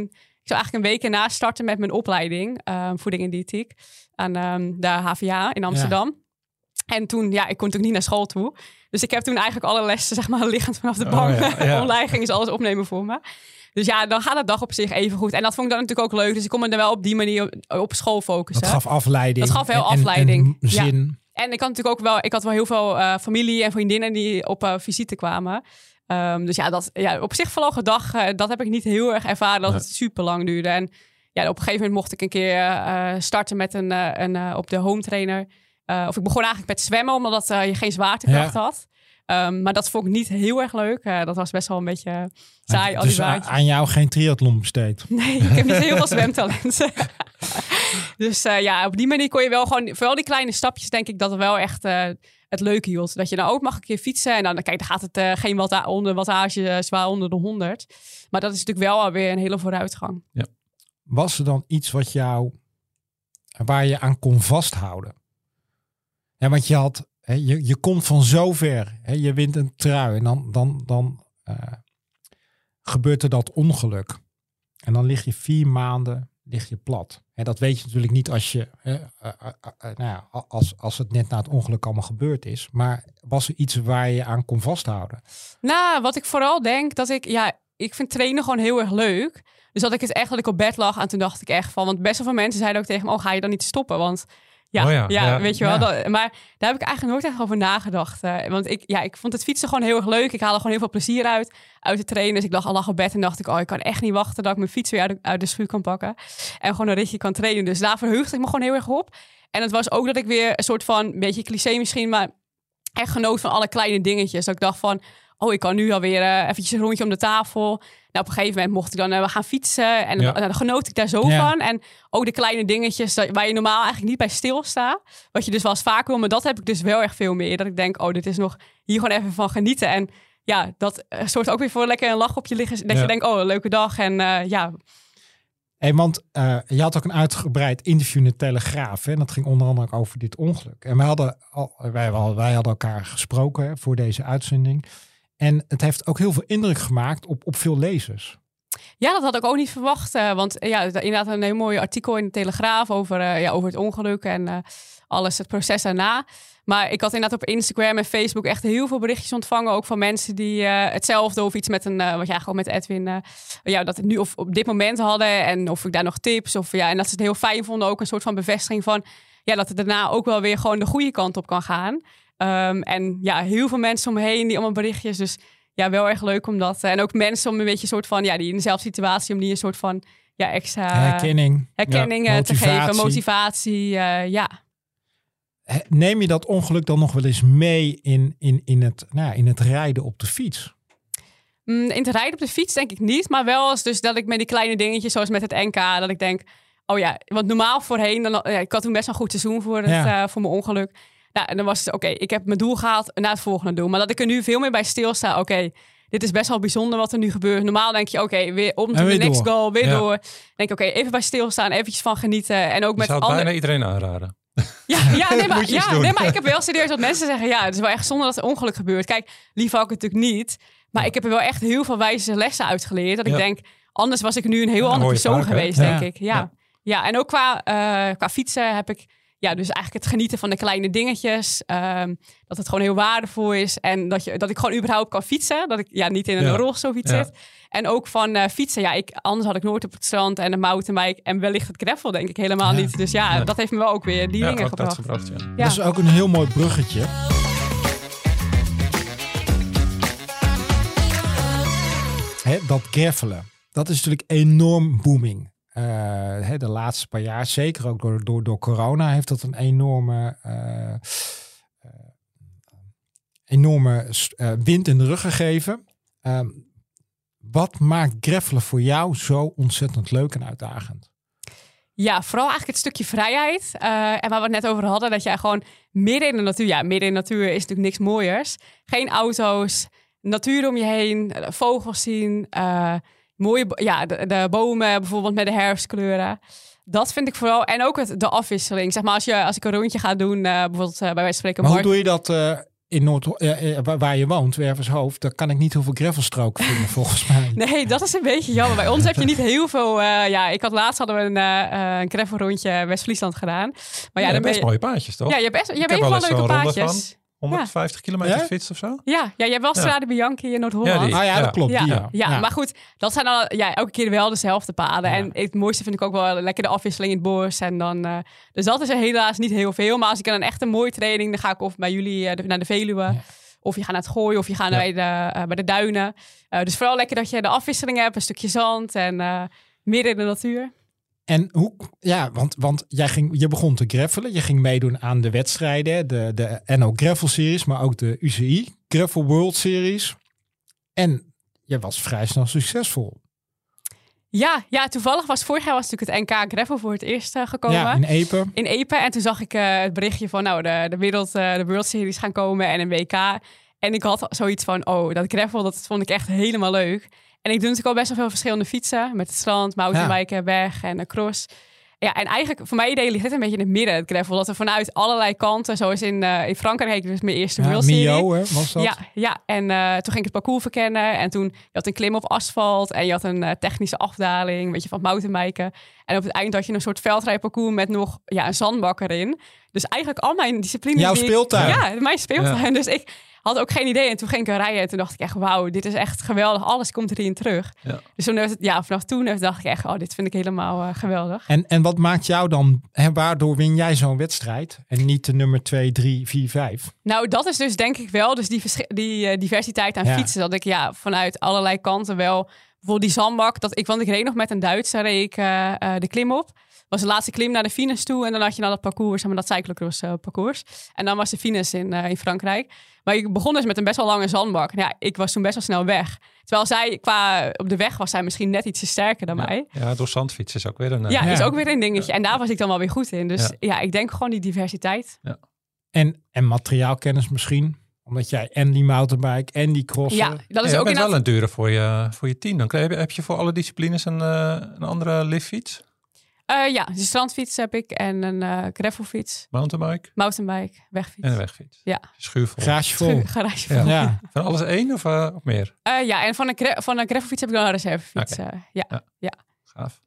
Ik zou eigenlijk een week erna starten met mijn opleiding voeding en diëtiek aan de HVA in Amsterdam. Ja. En toen, ik kon natuurlijk niet naar school toe. Dus ik heb toen eigenlijk alle lessen, zeg maar, liggend vanaf de bank. Online gingen ze alles opnemen voor me. Dus dan gaat de dag op zich even goed. En dat vond ik dan natuurlijk ook leuk. Dus ik kon me er wel op die manier op school focussen. Dat gaf afleiding. Dat gaf wel afleiding. En zin. Ja. En ik had natuurlijk ook ik had wel heel veel familie en vriendinnen die op visite kwamen. Dus op zich vloog de dag, dat heb ik niet heel erg ervaren dat het super lang duurde. En op een gegeven moment mocht ik een keer starten met een op de home trainer. Of ik begon eigenlijk met zwemmen, omdat je geen zwaartekracht had. Maar dat vond ik niet heel erg leuk. Dat was best wel een beetje saai. Dus aan jou geen triathlon besteed? Nee, ik heb niet heel veel zwemtalent. Dus op die manier kon je wel gewoon... Vooral die kleine stapjes denk ik dat er wel echt het leuke hield. Dat je dan ook mag een keer fietsen. En dan gaat het geen wattage zwaar onder de 100. Maar dat is natuurlijk wel alweer een hele vooruitgang. Ja. Was er dan iets waar je aan kon vasthouden? Ja, want je had... Je komt van zover. Je wint een trui. En dan gebeurt er dat ongeluk. En dan lig je 4 maanden plat. Dat weet je natuurlijk niet als je als het net na het ongeluk allemaal gebeurd is. Maar was er iets waar je aan kon vasthouden? Nou, wat ik vooral denk, dat ik vind trainen gewoon heel erg leuk. Dus dat ik op bed lag en toen dacht ik echt van... Want best wel veel mensen zeiden ook tegen me, ga je dan niet stoppen? Want... Ja, weet je wel. Ja. Maar daar heb ik eigenlijk nooit echt over nagedacht. Want ik vond het fietsen gewoon heel erg leuk. Ik haalde gewoon heel veel plezier uit het trainen. Dus ik lag op bed en dacht ik... ik kan echt niet wachten dat ik mijn fiets weer uit de schuur kan pakken. En gewoon een ritje kan trainen. Dus daar verheugde ik me gewoon heel erg op. En het was ook dat ik weer een soort van... een beetje cliché misschien, maar echt genoot van alle kleine dingetjes. Dat ik dacht van... ik kan nu alweer eventjes een rondje om de tafel... Nou, op een gegeven moment mocht ik dan gaan fietsen. En dan genoot ik daar zo van. En ook de kleine dingetjes waar je normaal eigenlijk niet bij stilstaat. Wat je dus wel eens vaak wil. Maar dat heb ik dus wel echt veel meer. Dat ik denk, dit is nog hier gewoon even van genieten. En dat zorgt ook weer voor lekker een lach op je liggen. Dat je denkt, een leuke dag. En want je had ook een uitgebreid interview in de Telegraaf. En dat ging onder andere ook over dit ongeluk. En wij hadden elkaar gesproken voor deze uitzending. En het heeft ook heel veel indruk gemaakt op veel lezers. Ja, dat had ik ook niet verwacht. Want inderdaad een heel mooi artikel in de Telegraaf over het ongeluk en alles, het proces daarna. Maar ik had inderdaad op Instagram en Facebook echt heel veel berichtjes ontvangen. Ook van mensen die hetzelfde of iets met wat jij gewoon met Edwin, dat het nu of op dit moment hadden. En of ik daar nog tips en dat ze het heel fijn vonden. Ook een soort van bevestiging van dat het daarna ook wel weer gewoon de goede kant op kan gaan. En heel veel mensen om me heen die allemaal berichtjes. Dus wel erg leuk om dat. En ook mensen om een beetje een soort van, die in dezelfde situatie, om die een soort van extra herkenning te geven, motivatie. Neem je dat ongeluk dan nog wel eens mee in het rijden op de fiets? In het rijden op de fiets denk ik niet, maar wel als dus dat ik met die kleine dingetjes, zoals met het NK, dat ik denk, want normaal voorheen, ik had toen best wel een goed seizoen voor mijn ongeluk. Nou, en dan was het ik heb mijn doel gehaald naar het volgende doel. Maar dat ik er nu veel meer bij stilsta. Dit is best wel bijzonder wat er nu gebeurt. Normaal denk je, weer om to the next goal, weer door. Dan denk ik, even bij stilstaan, eventjes van genieten. En ook met andere... bijna iedereen aanraden. Maar ik heb wel serieus dat mensen zeggen, het is wel echt zonde dat er ongeluk gebeurt. Kijk, lief had ik het natuurlijk niet. Maar ik heb er wel echt heel veel wijze lessen uitgeleerd. Dat ik denk, anders was ik nu een heel ander persoon geweest, denk ik. Ja, en ook qua fietsen heb ik... dus eigenlijk het genieten van de kleine dingetjes. Dat het gewoon heel waardevol is. En dat ik gewoon überhaupt kan fietsen. Dat ik niet in een rolstoel zit. En ook van fietsen. Anders had ik nooit op het strand en een mountainbike. En wellicht het gravel denk ik helemaal niet. Dus dat heeft me wel ook weer die dingen gebracht. Dat is ook een heel mooi bruggetje. Dat gravelen. Dat is natuurlijk enorm booming. De laatste paar jaar, zeker ook door corona, heeft dat een enorme wind in de rug gegeven. Wat maakt gravelen voor jou zo ontzettend leuk en uitdagend? Ja, vooral eigenlijk het stukje vrijheid. En waar we het net over hadden, dat jij gewoon midden in de natuur... Ja, midden in de natuur is natuurlijk niks mooiers. Geen auto's, natuur om je heen, vogels zien... mooie, de bomen bijvoorbeeld met de herfstkleuren. Dat vind ik vooral. En ook de afwisseling. Zeg maar als ik een rondje ga doen, bijvoorbeeld bij wijze van spreken. Maar hoe doe je dat in waar je woont, Wervershoofd, daar kan ik niet heel veel gravelstroken vinden volgens mij. Nee, dat is een beetje jammer. Bij ons heb je niet heel veel... hadden we een gravelrondje West-Friesland gedaan. Maar Ja, dan best mooie paadjes, toch? Ja, je hebt Ik heb wel wel eens leuke zo'n ronde paadjes. van 150 kilometer gefietst of zo. Ja, je hebt wel Strade Bianchi in Noord-Holland. Dat klopt. Ja, maar goed, dat zijn dan elke keer wel dezelfde paden. Ja. En het mooiste vind ik ook wel lekker de afwisseling in het bos. En dan, dus dat is er helaas niet heel veel. Maar als ik dan een echt een mooie training, dan ga ik of bij jullie naar de Veluwe. Ja. Of je gaat naar het Gooi, of je gaat bij de duinen. Dus vooral lekker dat je de afwisseling hebt, een stukje zand en midden in de natuur. En want je begon te gravelen. Je ging meedoen aan de wedstrijden, de NO Gravel Series, maar ook de UCI Gravel World Series. En je was vrij snel succesvol. Ja, toevallig was vorig jaar natuurlijk het NK Gravel voor het eerst gekomen. Ja, in Epe. In Epe. En toen zag ik het berichtje van de World Series gaan komen en een WK. En ik had zoiets van, dat gravel, dat vond ik echt helemaal leuk. En ik doe natuurlijk al best wel veel verschillende fietsen. Met het strand, mountainbiken, berg en cross. Ja, en eigenlijk, voor mijn idee ligt het een beetje in het midden, het gravel. Dat er vanuit allerlei kanten, zoals in Frankrijk, dus mijn eerste World Series. Mio, hè, was dat? Ja. En toen ging ik het parcours verkennen. En toen, je had een klim op asfalt. En je had een technische afdaling, een beetje van mountainbiken. En op het eind had je een soort veldrijparcours met nog een zandbak erin. Dus eigenlijk al mijn disciplines... Jouw speeltuin. Ja, mijn speeltuin. Ja. Dus ik had ook geen idee. En toen ging ik rijden en toen dacht ik echt, wauw, dit is echt geweldig. Alles komt erin terug. Ja. Dus toen vanaf toen dacht ik echt, dit vind ik helemaal geweldig. En wat maakt jou dan, waardoor win jij zo'n wedstrijd? En niet de nummer 2, 3, 4, 5? Nou, dat is dus denk ik wel, dus die diversiteit aan fietsen. Dat ik vanuit allerlei kanten wel, bijvoorbeeld die zandbak. Want ik reed nog met een Duitser, de klim op. Was de laatste klim naar de Finis toe. En dan had je dat parcours, dat cyclocross parcours. En dan was de Finis in Frankrijk. Maar ik begon dus met een best wel lange zandbak. Ja, ik was toen best wel snel weg. Terwijl zij, op de weg was zij misschien net iets sterker dan mij. Ja, door zandfietsen is ook weer een... is ook weer een dingetje. En daar was ik dan wel weer goed in. Dus ik denk gewoon die diversiteit. Ja. En materiaalkennis misschien? Omdat jij en die mountainbike en die crossen... Ja, dat is ook wel een dure voor je team. Dan heb je voor alle disciplines een andere liftfiets? De strandfiets heb ik en een gravelfiets. Mountainbike, wegfiets. En een wegfiets. Ja. Schuurvol. Garagevol. Garagevol. Ja. Van alles één of meer? En van een gravelfiets heb ik dan een reservefiets. Okay. Ja. Gaaf.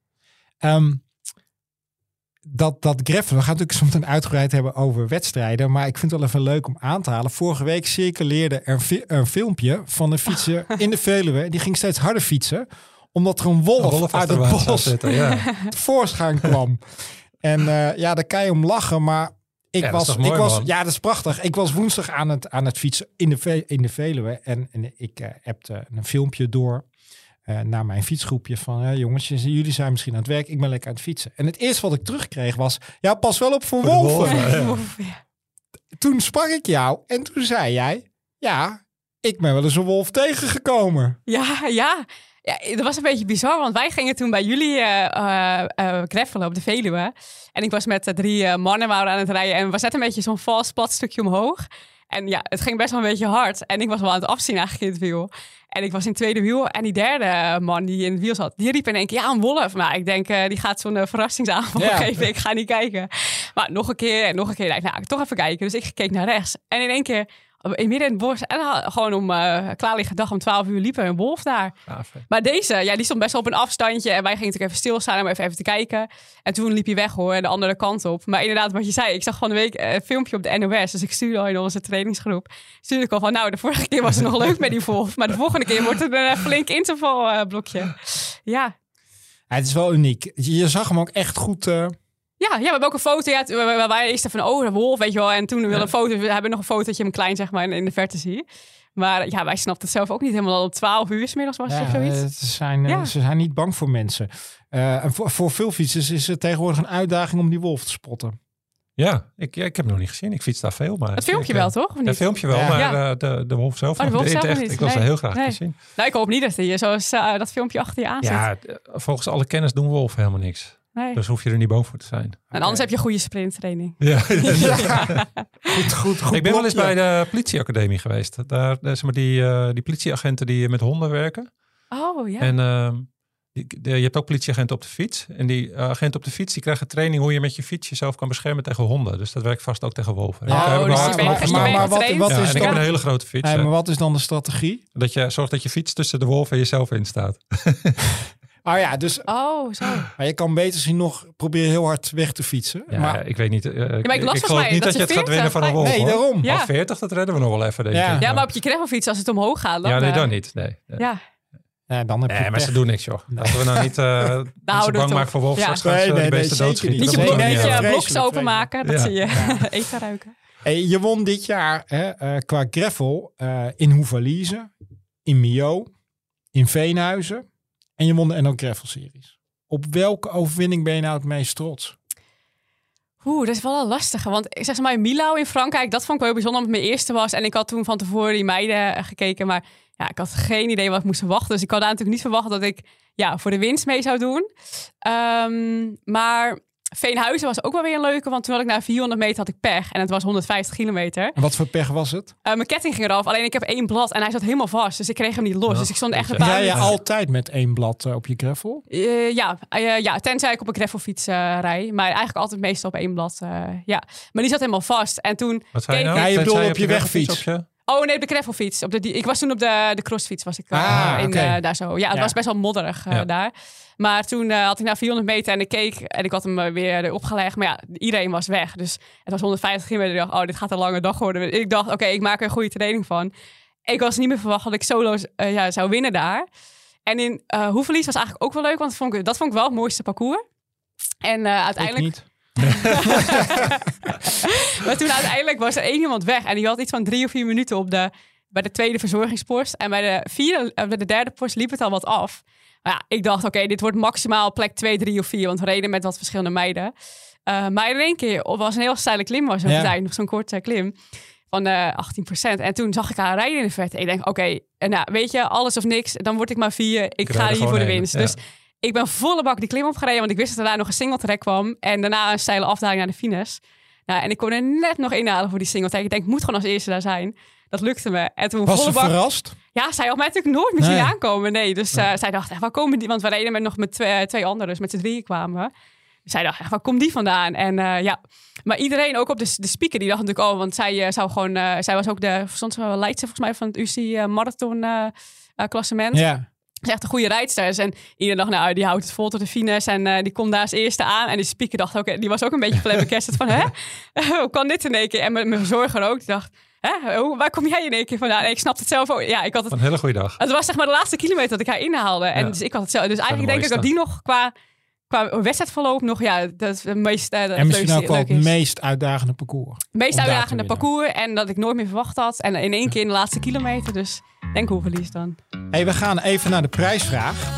Dat gravel, we gaan natuurlijk zo meteen uitgebreid hebben over wedstrijden, maar ik vind het wel even leuk om aan te halen. Vorige week circuleerde er een filmpje van een fietser in de Veluwe. Die ging steeds harder fietsen, omdat er een wolf uit het bos tevoorschijn kwam. En daar kan je om lachen, maar dat is prachtig. Ik was woensdag aan het fietsen in de Veluwe en ik appte een filmpje door naar mijn fietsgroepje van jongens, jullie zijn misschien aan het werk, ik ben lekker aan het fietsen. En het eerste wat ik terugkreeg was, pas wel op voor wolven. Toen sprak ik jou en toen zei jij, ik ben wel eens een wolf tegengekomen. Ja, dat was een beetje bizar, want wij gingen toen bij jullie gravelen op de Veluwe. En ik was met 3 mannen aan het rijden en we zetten een beetje zo'n vals plat stukje omhoog. En het ging best wel een beetje hard. En ik was wel aan het afzien eigenlijk in het wiel. En ik was in het tweede wiel. En die derde man die in het wiel zat, die riep in één keer, een wolf. Maar ik denk, die gaat zo'n verrassingsaanval geven. Ik ga niet kijken. Maar nog een keer. Ik toch even kijken. Dus ik keek naar rechts. En in één keer, midden in het bos, en gewoon om klaarliggende dag om 12 uur liep een wolf daar. Maar deze, die stond best wel op een afstandje. En wij gingen natuurlijk even stilstaan om even te kijken. En toen liep hij weg hoor, de andere kant op. Maar inderdaad, wat je zei, ik zag van de week een filmpje op de NOS. Dus ik stuurde al in onze trainingsgroep. Stuurde ik al van, de vorige keer was het nog leuk met die wolf. Maar de volgende keer wordt het een flink intervalblokje. Ja. Het is wel uniek. Je zag hem ook echt goed... Ja, we hebben ook een foto. We waren eerst van, de wolf, weet je wel. En toen willen een foto. We hebben nog een fotootje hem klein, zeg maar, in de verte zie. Maar wij snapten het zelf ook niet helemaal. Op 12 uur 's middags was het of zoiets. Ze zijn niet bang voor mensen. En voor veel fietsers is het tegenwoordig een uitdaging om die wolf te spotten. Ja, ik heb hem nog niet gezien. Ik fiets daar veel. Maar het filmpje wel, toch? Het filmpje wel, maar de wolf zelf niet. Ik wil ze heel graag zien. Nou, ik hoop niet dat hij zoals dat filmpje achter je aan zit. Ja, volgens alle kennis doen wolven helemaal niks. Nee. Dus hoef je er niet bang voor te zijn. En anders heb je goede sprinttraining. Ja. Goed. Ik ben wel eens bij de politieacademie geweest. Daar die politieagenten die met honden werken. Oh ja. En Je hebt ook politieagenten op de fiets. En die agenten op de fiets die krijgen training hoe je met je fiets jezelf kan beschermen tegen honden. Dus dat werkt vast ook tegen wolven. Dus is ik heb een hele grote fiets. Maar wat is dan de strategie? Dat je zorgt dat je fiets tussen de wolf en jezelf in staat. Dus zo. Maar je kan beter zien nog proberen heel hard weg te fietsen. Ja, maar ik weet niet. ik geloof niet dat je het gaat winnen van een wolf. Nee, daarom. Ja. 40, dat redden we nog wel even, denk ik. Ja, maar op je gravelfiets, als het omhoog gaat... Dan, dan niet. Nee. Ja, dan heb je maar ze doen niks, joh. Laten we nou niet bang maken voor wolven. Ja. Straks gaan ze die beesten doodschieten. Niet je bloks openmaken, dat ze je eten ruiken. Hey, je won dit jaar qua gravel in Houffalize, in Millau, in Veenhuizen. En je won de NL Gravel Series. Op welke overwinning ben je nou het meest trots? Dat is wel een lastige. Want ik zeg maar, Millau in Frankrijk, dat vond ik wel heel bijzonder omdat het mijn eerste was. En ik had toen van tevoren die meiden gekeken. Maar ja, ik had geen idee wat ik moest verwachten. Dus ik had daar natuurlijk niet verwacht dat ik voor de winst mee zou doen. Maar Veenhuizen was ook wel weer een leuke. Want toen had ik na 400 meter had ik pech. En het was 150 kilometer. En wat voor pech was het? Mijn ketting ging eraf. Alleen ik heb 1 blad en hij zat helemaal vast. Dus ik kreeg hem niet los. Dus ik stond echt een paar Rij je altijd met 1 blad op je gravel? Ja, tenzij ik op een gravelfiets rij. Maar eigenlijk altijd meestal op 1 blad. Maar die zat helemaal vast. En toen... Wat zei je nou? Je bedoelde op je wegfiets? Oh nee, op de gravelfiets. Ik was toen op de crossfiets. Was ik daar zo. Ja, het was best wel modderig daar. Maar toen had ik na 400 meter en ik keek en ik had hem weer opgelegd. Maar ja, iedereen was weg. Dus het was 150 kilometer. Ik dacht, dit gaat een lange dag worden. Ik dacht, oké, ik maak er een goede training van. Ik was niet meer verwacht dat ik solo zou winnen daar. En in Houffalize was eigenlijk ook wel leuk, want dat vond ik wel het mooiste parcours. En uiteindelijk... Ik niet. Maar toen uiteindelijk was er 1 iemand weg. En die had iets van 3 of 4 minuten bij de tweede verzorgingspost. En bij de derde post liep het al wat af. Maar ja, ik dacht, oké, dit wordt maximaal plek 2, 3 of 4. Want we reden met wat verschillende meiden. Maar in 1 keer was een heel steile klim. Was nog zo'n korte klim van 18%. En toen zag ik haar rijden in de verte. Ik denk, oké, weet je, alles of niks. Dan word ik maar 4. Ik ga hier voor de winst. Ja. Dus ik ben volle bak die klim opgereden. Want ik wist dat er daar nog een singletrack kwam. En daarna een steile afdaling naar de finish. En ik kon er net nog inhalen voor die singletrack. Ik denk, ik moet gewoon als eerste daar zijn. Dat lukte me. En toen was ze verrast? Ja, zij had mij natuurlijk nooit meer zien aankomen. Nee, dus zij dacht, waar komen die? Want we reden nog met 2 anderen. Dus met z'n 3 kwamen we. Dus zij dacht, waar komt die vandaan? En maar iedereen, ook op de speaker, die dacht natuurlijk, want zij zou gewoon... zij was ook stond wel leidster volgens mij van het UCI marathon klassement. Ja. Ze is echt een goede rijdster. En iedereen dacht, die houdt het vol tot de finish. En die komt daar als eerste aan. En die speaker dacht ook, die was ook een beetje flabbergasted van, hoe kan dit in één keer? En mijn verzorger ook, die dacht, waar kom jij in één keer vandaan? En ik snapte het zelf ook. Ja, ik had het. Een hele goede dag. Het was zeg maar de laatste kilometer dat ik haar inhaalde. En dus ik had het zelf. Dus eigenlijk denk ik dat die nog qua wedstrijdverloop nog, dat is het meest en misschien ook wel het meest uitdagende parcours. Meest uitdagende parcours. En dat ik nooit meer verwacht had. En in 1 keer in de laatste kilometer. Dus denk hoe verlies dan. Hey, we gaan even naar de prijsvraag.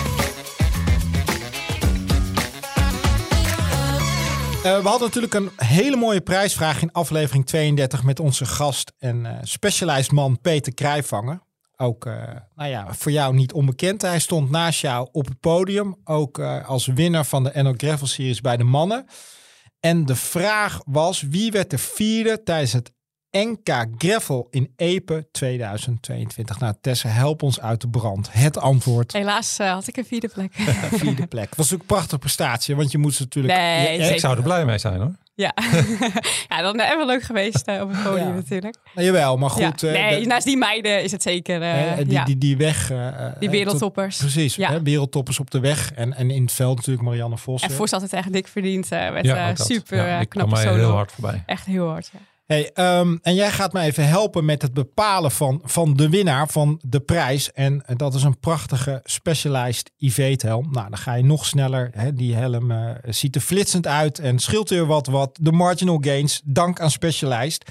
We hadden natuurlijk een hele mooie prijsvraag in aflevering 32 met onze gast en specialized man Peter Krijvanger. Ook voor jou niet onbekend. Hij stond naast jou op het podium. Ook als winnaar van de NL Gravel Series bij de mannen. En de vraag was, wie werd de 4e tijdens het NK Gravel in Epe 2022? Nou, Tessa, help ons uit de brand. Het antwoord. Helaas had ik een 4e plek. 4e plek. Was natuurlijk een prachtige prestatie, want je moest natuurlijk... Nee, ik zou er blij mee zijn, hoor. Ja, dat is even leuk geweest op het podium natuurlijk. Jawel, maar goed. Naast die meiden is het zeker... die weg... die wereldtoppers. Precies, wereldtoppers op de weg. En in het veld natuurlijk Marianne Vos. En Vos had het echt dik verdiend. Met super knappe solo. Mij heel hard voorbij. Echt heel hard, ja. Hey, en jij gaat me even helpen met het bepalen van de winnaar van de prijs. En dat is een prachtige Specialized Evade helm. Nou, dan ga je nog sneller. Die helm ziet er flitsend uit en scheelt weer wat. De marginal gains, dank aan Specialized.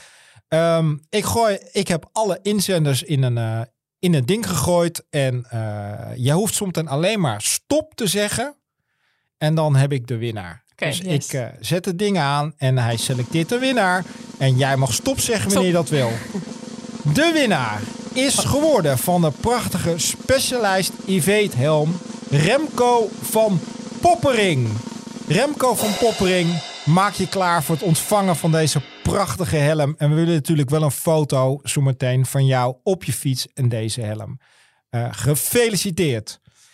Ik heb alle inzenders in een ding gegooid. En jij hoeft soms alleen maar stop te zeggen. En dan heb ik de winnaar. Okay, dus ik zet het ding aan en hij selecteert de winnaar. En jij mag stop zeggen wanneer je dat wil. De winnaar is geworden van de prachtige Specialized Evade helm Remco van Poppering. Remco van Poppering, maak je klaar voor het ontvangen van deze prachtige helm. En we willen natuurlijk wel een foto zometeen van jou op je fiets en deze helm. Gefeliciteerd.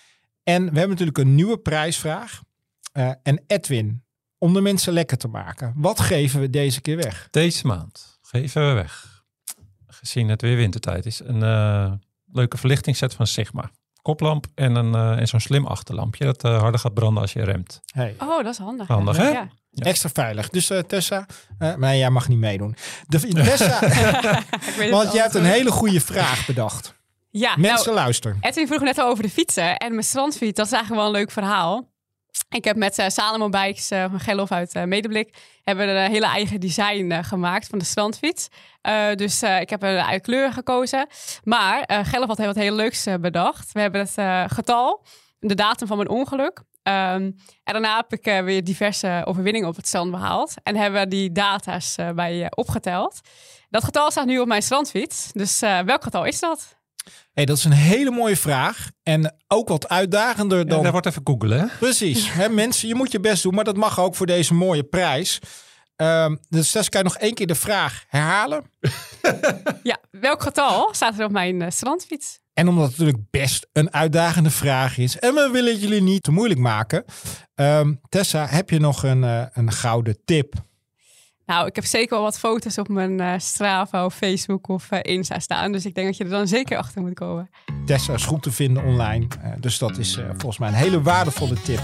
En we hebben natuurlijk een nieuwe prijsvraag. En Edwin, om de mensen lekker te maken. Wat geven we deze keer weg? Deze maand geven we weg, gezien het weer wintertijd is, een leuke verlichtingsset van Sigma. Koplamp en zo'n slim achterlampje dat harder gaat branden als je remt. Hey. Oh, dat is handig. Handig, hè? Ja. Ja. Extra veilig. Dus Tessa, maar jij mag niet meedoen. Tessa, want jij hebt een hele goede vraag bedacht. Ja, Mensen, luisteren. Edwin vroeg net al over de fietsen en mijn strandfiets. Dat is eigenlijk wel een leuk verhaal. Ik heb met Salomon Bikes van Gerlof uit Medeblik hebben we een hele eigen design gemaakt van de strandfiets. Dus ik heb een eigen kleur gekozen. Maar Gerlof had wat heel leuks bedacht. We hebben het getal, de datum van mijn ongeluk. En daarna heb ik weer diverse overwinningen op het strand behaald. En hebben we die data's bij opgeteld. Dat getal staat nu op mijn strandfiets. Dus welk getal is dat? Hey, dat is een hele mooie vraag. En ook wat uitdagender dan... Ja, daar wordt even googlen, hè? Precies. Hè, mensen, je moet je best doen. Maar dat mag ook voor deze mooie prijs. Dus Tess, kan je nog 1 keer de vraag herhalen? Ja, welk getal staat er op mijn strandfiets? En omdat het natuurlijk best een uitdagende vraag is. En we willen het jullie niet te moeilijk maken. Tessa, heb je nog een gouden tip? Nou, ik heb zeker wel wat foto's op mijn Strava of Facebook of Insta staan. Dus ik denk dat je er dan zeker achter moet komen. Tessa is goed te vinden online. Dus dat is volgens mij een hele waardevolle tip.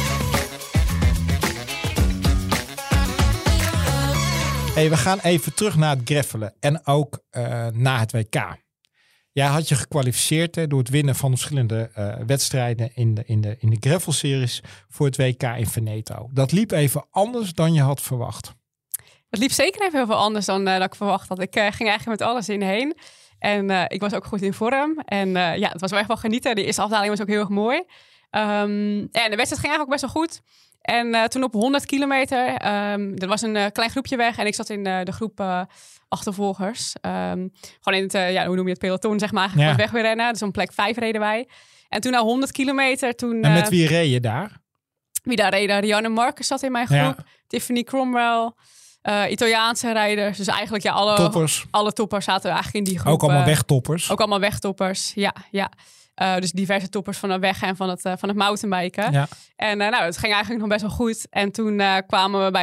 Hey, we gaan even terug naar het greffelen. En ook naar het WK. Jij had je gekwalificeerd door het winnen van verschillende wedstrijden in de gravel-series voor het WK in Veneto. Dat liep even anders dan je had verwacht. Het liep zeker even heel veel anders dan dat ik verwacht had. Ik ging eigenlijk met alles in heen. En ik was ook goed in vorm. En ja, het was wel echt wel genieten. De eerste afdaling was ook heel erg mooi. En de wedstrijd ging eigenlijk ook best wel goed. En toen op 100 kilometer, er was een klein groepje weg. En ik zat in de groep achtervolgers. Gewoon in het, hoe noem je het, peloton, zeg maar. Eigenlijk weg weer rennen. Dus om plek 5 reden wij. En toen na 100 kilometer, toen... En met wie reed je daar? Wie daar reden? Rianne Marcus zat in mijn groep. Ja. Tiffany Cromwell. Italiaanse rijders. Dus eigenlijk ja, alle toppers zaten eigenlijk in die groep. Ook allemaal wegtoppers. Ook allemaal wegtoppers, ja. Dus diverse toppers van de weg en van het mountainbiken. Ja. En het ging eigenlijk nog best wel goed. En toen kwamen we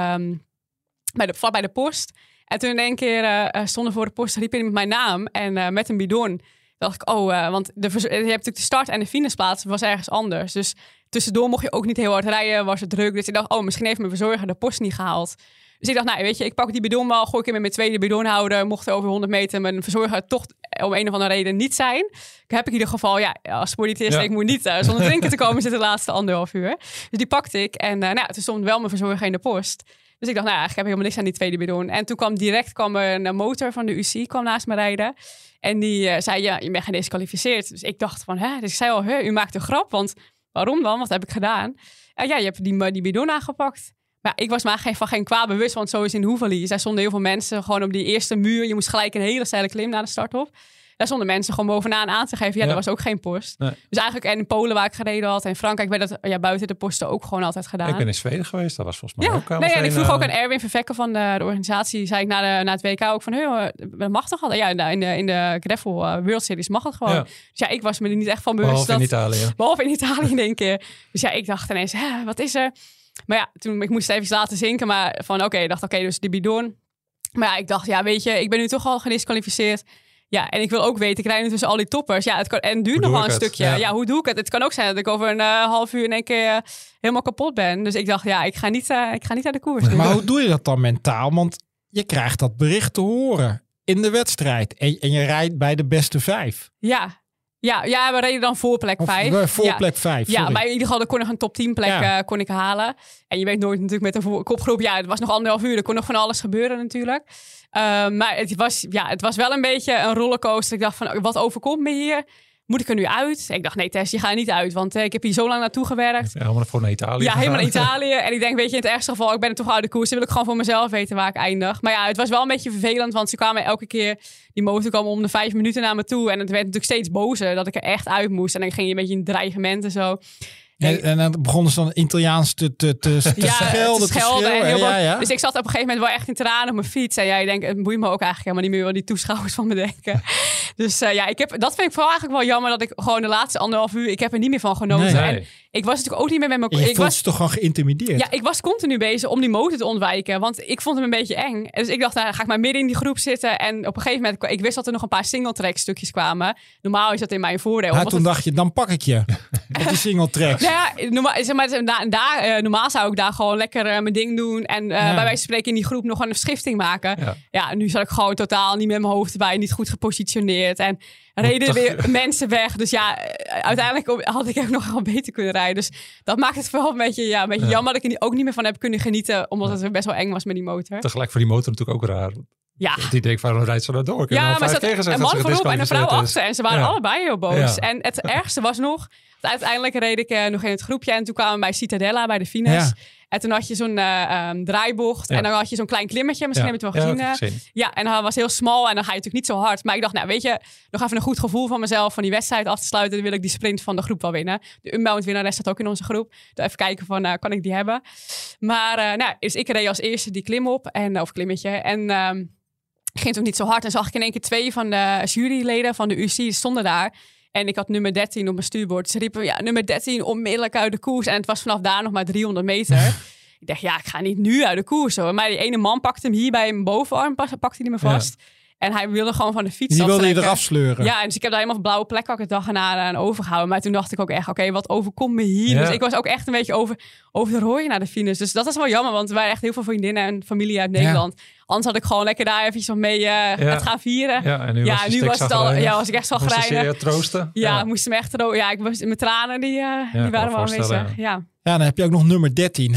vlak bij de post. En toen in één keer stonden voor de post, riep iemand mijn naam en met een bidon. Dacht ik, want je hebt natuurlijk de start en de finishplaats was ergens anders. Dus tussendoor mocht je ook niet heel hard rijden, was het druk. Dus ik dacht, misschien heeft mijn verzorger de post niet gehaald. Dus ik dacht, weet je, ik pak die bidon wel, gooi ik hem in mijn tweede bidonhouder. Mocht er over 100 meter mijn verzorger toch om een of andere reden niet zijn. Heb ik in ieder geval, als sportdiëtist, ik moet niet zonder drinken te komen zitten de laatste 1,5 uur. Dus die pakte ik en toen stond wel mijn verzorger in de post. Dus ik dacht, ik heb helemaal niks aan die tweede bidon. En toen kwam er een motor van de UCI kwam naast me rijden. En die zei, je bent gedisqualificeerd. Dus ik dacht van, Dus ik zei al, u maakt een grap, want waarom dan? Wat heb ik gedaan? Je hebt die bidon aangepakt. Maar ik was maar van geen kwaad bewust, want zo is in Hoevelies. Daar stonden heel veel mensen gewoon op die eerste muur. Je moest gelijk een hele steile klim naar de start op. Daar stonden mensen gewoon bovenaan aan te geven. Er was ook geen post. Nee. Dus eigenlijk, en in Polen waar ik gereden had, en Frankrijk werd dat buiten de posten ook gewoon altijd gedaan. Ik ben in Zweden geweest, dat was volgens mij ook. En ik vroeg ook aan Erwin Vervekken van de organisatie, zei ik na het WK ook van, dat mag toch al? Ja, in de Gravel World Series mag het gewoon. Ja. Dus ik was me er niet echt van bewust. Behalve in Italië in één keer. Dus ik dacht ineens, wat is er? Maar toen ik moest het even laten zinken, maar ik dacht, dus die bidon. Maar ik dacht, weet je, ik ben nu toch al gedisqualificeerd. Ja, en ik wil ook weten, ik rijd nu tussen al die toppers. Ja, het kan, en het duurt nog wel een stukje. Ja, hoe doe ik het? Het kan ook zijn dat ik over een half uur in één keer helemaal kapot ben. Dus ik dacht, ik ga niet uit de koers. Maar hoe doe je dat dan mentaal? Want je krijgt dat bericht te horen in de wedstrijd. En je rijdt bij de beste 5. Ja, we reden dan voor plek 5. Plek 5, ja, maar in ieder geval kon nog een top 10 plek kon ik halen. En je weet nooit natuurlijk met een kopgroep. Ja, het was nog 1,5 uur. Er kon nog van alles gebeuren natuurlijk. Maar het was wel een beetje een rollercoaster. Ik dacht van, wat overkomt me hier? Moet ik er nu uit? Ik dacht, nee Tess, je gaat er niet uit. Want ik heb hier zo lang naartoe gewerkt. Ja, helemaal voor naar Italië. Ja, helemaal naar Italië. En ik denk, weet je, in het ergste geval, ik ben er toch uit de koers. Dan wil ik gewoon voor mezelf weten waar ik eindig. Maar het was wel een beetje vervelend. Want ze kwamen elke keer, die motor kwam om de 5 minuten naar me toe. En het werd natuurlijk steeds bozer dat ik er echt uit moest. En dan ging je een beetje in dreigement en zo. En dan begonnen ze dan Italiaans te schelden, te schreeuwen. Dus ik zat op een gegeven moment wel echt in tranen op mijn fiets. En jij denkt, het boeit me ook eigenlijk helemaal niet meer wat die toeschouwers van me denken. Dus dat vind ik vooral eigenlijk wel jammer dat ik gewoon de laatste 1,5 uur, ik heb er niet meer van genoten. Nee. En ik was natuurlijk ook niet meer met mijn... Je voelt je toch gewoon geïntimideerd? Ja, ik was continu bezig om die motor te ontwijken. Want ik vond hem een beetje eng. Dus ik dacht, nou ga ik maar midden in die groep zitten. En op een gegeven moment, ik wist dat er nog een paar singletrack stukjes kwamen. Normaal is dat in mijn voordeel. Ja, toen dacht je, dan pak ik je. Met die singletracks. Normaal zou ik daar gewoon lekker mijn ding doen. En bij wijze van spreken in die groep nog een schifting maken. Ja, nu zat ik gewoon totaal niet met mijn hoofd erbij. Niet goed gepositioneerd. En reden weer mensen weg. Dus uiteindelijk had ik ook nog wel beter kunnen rijden. Dus dat maakt het wel een beetje jammer dat ik er ook niet meer van heb kunnen genieten. Omdat het best wel eng was met die motor. Tegelijk voor die motor natuurlijk ook raar. Ja. Die denkt, waarom rijdt ze nou door? Maar er zat een man voorop en een vrouw achter. En ze waren allebei heel boos. Ja. En het ergste was nog, uiteindelijk reed ik nog in het groepje. En toen kwamen we bij Citadella, bij de Fines. Ja. En toen had je zo'n draaibocht. Ja. En dan had je zo'n klein klimmetje. Misschien heb je het wel gezien. Ja, en dat was heel smal. En dan ga je natuurlijk niet zo hard. Maar ik dacht, nou weet je, nog even een goed gevoel van mezelf. Van die wedstrijd af te sluiten. Dan wil ik die sprint van de groep wel winnen. De Unbound winnares staat ook in onze groep. Dus even kijken van, kan ik die hebben? Maar dus ik reed als eerste die klim op. Of klimmetje. En ging toen niet zo hard. En zag ik in één keer 2 van de juryleden van de UCI stonden daar. En ik had nummer 13 op mijn stuurbord. Ze riepen, nummer 13 onmiddellijk uit de koers. En het was vanaf daar nog maar 300 meter. Ik dacht, ik ga niet nu uit de koers hoor. Maar die ene man pakte hem hier bij mijn bovenarm. Pakte hij me vast. Ja. En hij wilde gewoon van de fiets Die wilde je eraf sleuren. Ja, en dus ik heb daar helemaal blauwe plek ook de dag erna aan overgehouden. Maar toen dacht ik ook echt, oké, wat overkomt me hier? Ja. Dus ik was ook echt een beetje over de rooien naar de finish. Dus dat is wel jammer, want er waren echt heel veel vriendinnen en familie uit Nederland. Ja. Anders had ik gewoon lekker daar eventjes mee het gaan vieren. Ja, en nu was het al. Ja, was ik echt zo grijnig. Moest je troosten? Ja, moest me echt troosten. Ja, ik was mijn tranen die waren wel aanwezig. Ja, dan heb je ook nog nummer 13.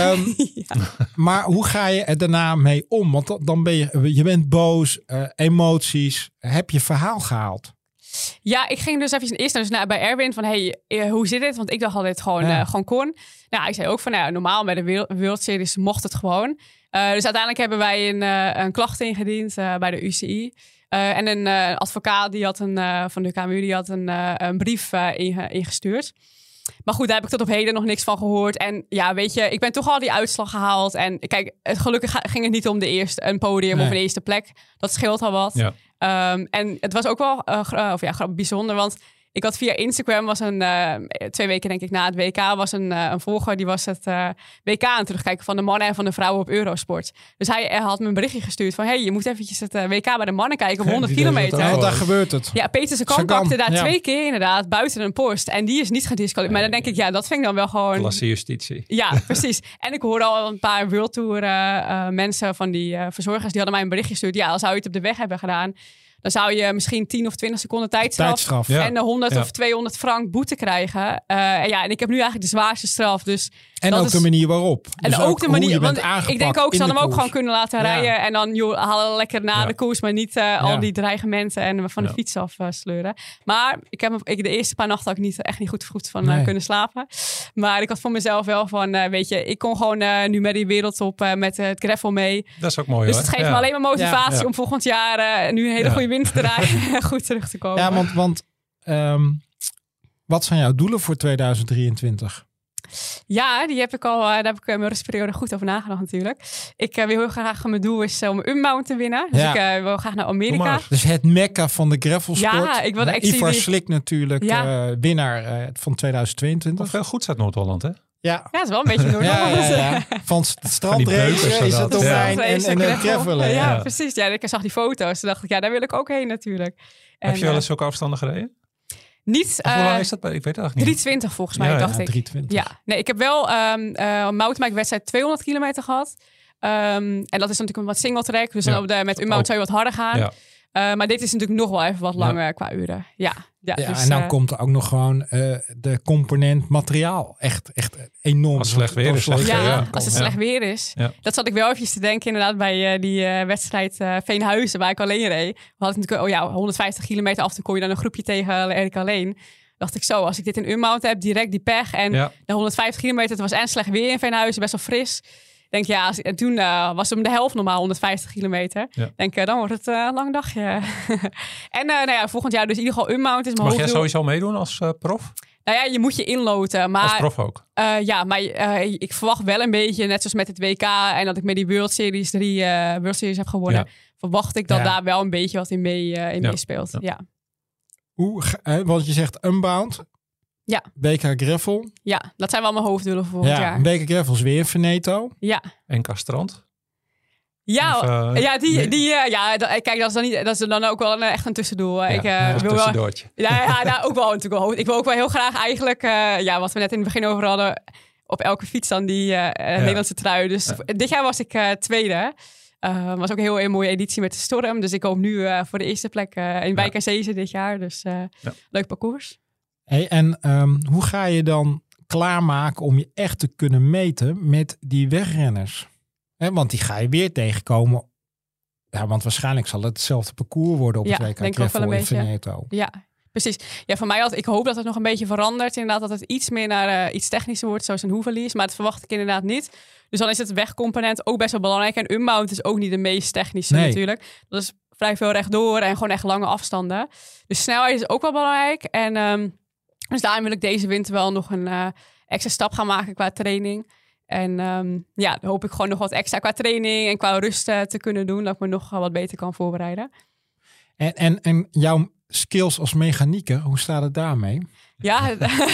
Maar hoe ga je er daarna mee om? Want dan ben je bent boos, emoties. Heb je verhaal gehaald? Ja, ik ging dus even eerst bij Erwin van, hoe zit het? Want ik dacht altijd gewoon kon. Nou, ik zei ook van, normaal bij de World Series mocht het gewoon. Dus uiteindelijk hebben wij een klacht ingediend bij de UCI. En een advocaat die had van de KMU die had een brief ingestuurd. Maar goed, daar heb ik tot op heden nog niks van gehoord. En ja, weet je, ik ben toch al die uitslag gehaald. En kijk, gelukkig ging het niet om een podium of een eerste plek. Dat scheelt al wat. Ja. En het was ook wel bijzonder, want ik had via Instagram 2 weken denk ik na het WK was een volger die was het WK aan het terugkijken van de mannen en van de vrouwen op Eurosport. Dus hij had me een berichtje gestuurd van je moet eventjes het WK bij de mannen kijken op 100 kilometer. Daar gebeurt het. Ja, Peter Sagan pakte daar 2 keer inderdaad buiten een post en die is niet gedisqualificeerd. Maar dan denk ik, dat vind ik dan wel gewoon... Klasse justitie. Ja, precies. En ik hoorde al een paar World Tour mensen van die verzorgers, die hadden mij een berichtje gestuurd. Ja, al zou je het op de weg hebben gedaan, dan zou je misschien 10 of 20 seconden tijdstraf. En 100 of 200 frank boete krijgen. En ik heb nu eigenlijk de zwaarste straf. Dus en ook de manier waarop. En dus ook de manier, want ik denk ook, ze hadden hem ook koers. gewoon kunnen laten rijden. En dan halen lekker na de koers, maar niet al die dreigementen en van de fiets af sleuren. Maar ik heb de eerste paar nachten ook echt niet goed van kunnen slapen. Maar ik had voor mezelf wel van, ik kon gewoon nu met die wereldtop met het gravel mee. Dat is ook mooi dus hoor. het geeft me alleen maar motivatie om volgend jaar nu een hele goede winter te rijden. Goed terug te komen. Ja, want wat zijn jouw doelen voor 2023? Ja, die heb ik al. Daar heb ik mijn rustperiode goed over nagedacht natuurlijk. Ik wil heel graag, mijn doel is om een Unbound te winnen. Dus ik wil graag naar Amerika. Dus het mekka van de gravelsport. Ja, ik wilde Ivar Slik natuurlijk, winnaar van 2022. Of veel goed uit Noord-Holland, hè? Ja, het is wel een beetje Noord-Holland. Van strandrace is het domein en gravelen. Ja, precies. Ja, ik zag die foto's. Toen dacht ik, daar wil ik ook heen natuurlijk. Heb je wel eens zulke afstanden gereden? Niet. Hoe lang is dat? Ik weet het eigenlijk niet. 320 volgens mij, dacht ik. 320. Ja, nee, ik heb wel een mountainbike-wedstrijd 200 kilometer gehad. En dat is natuurlijk een wat single track. Dus dan met Unbound zou je wat harder gaan. Ja. Maar dit is natuurlijk nog wel even wat langer qua uren. Ja, dus, en dan komt er ook nog gewoon de component materiaal. Echt enorm. Als het slecht weer is. Als het slecht weer is. Ja. Dat zat ik wel eventjes te denken inderdaad bij die wedstrijd Veenhuizen, waar ik alleen reed. We hadden natuurlijk 150 kilometer af, toen kon je dan een groepje tegen Erik alleen. Dacht ik zo, als ik dit in Unbound heb, direct die pech. En de 150 kilometer, het was en slecht weer in Veenhuizen, best wel fris. Denk en toen was het om de helft normaal 150 kilometer. Ja. Denk dan wordt het een lang dagje. En volgend jaar dus in ieder geval Unbound is mijn Mag hoofddoel. jij sowieso meedoen als prof? Nou ja, je moet je inloten. Maar, Als prof ook. Maar ik verwacht wel een beetje, net zoals met het WK... en dat ik met die World Series 3 World Series heb gewonnen... verwacht ik dat daar wel een beetje wat in meespeelt. Ja. Want je zegt Unbound. Ja. WK Gravel. Ja, dat zijn wel mijn hoofddoelen voor volgend jaar. WK Gravel is weer Veneto. Ja. NK Strand. Ja, kijk, dat is dan ook wel echt een tussendoel. Ik wil tussendoortje. Ook wel natuurlijk wel. Ik wil ook wel heel graag eigenlijk, wat we net in het begin over hadden, op elke fiets dan die Nederlandse trui. Dus dit jaar was ik tweede. Was ook een heel mooie editie met de storm. Dus ik hoop nu voor de eerste plek in Wijk aan Zee dit jaar. Dus leuk parcours. Hey, en hoe ga je dan klaarmaken om je echt te kunnen meten met die wegrenners? Want die ga je weer tegenkomen. Ja, want waarschijnlijk zal het hetzelfde parcours worden op het WK Gravel in Veneto. Ja, precies. Ja, voor mij ik hoop dat het nog een beetje verandert. Inderdaad, dat het iets meer naar iets technischer wordt, zoals een Houffalize. Maar dat verwacht ik inderdaad niet. Dus dan is het wegcomponent ook best wel belangrijk. En Unbound is ook niet de meest technische natuurlijk. Dat is vrij veel rechtdoor en gewoon echt lange afstanden. Dus snelheid is ook wel belangrijk. En dus daarom wil ik deze winter wel nog een extra stap gaan maken qua training. En dan hoop ik gewoon nog wat extra qua training en qua rust te kunnen doen. Dat ik me nog wat beter kan voorbereiden. En jouw skills als mechanieker, hoe staat het daarmee? Ja,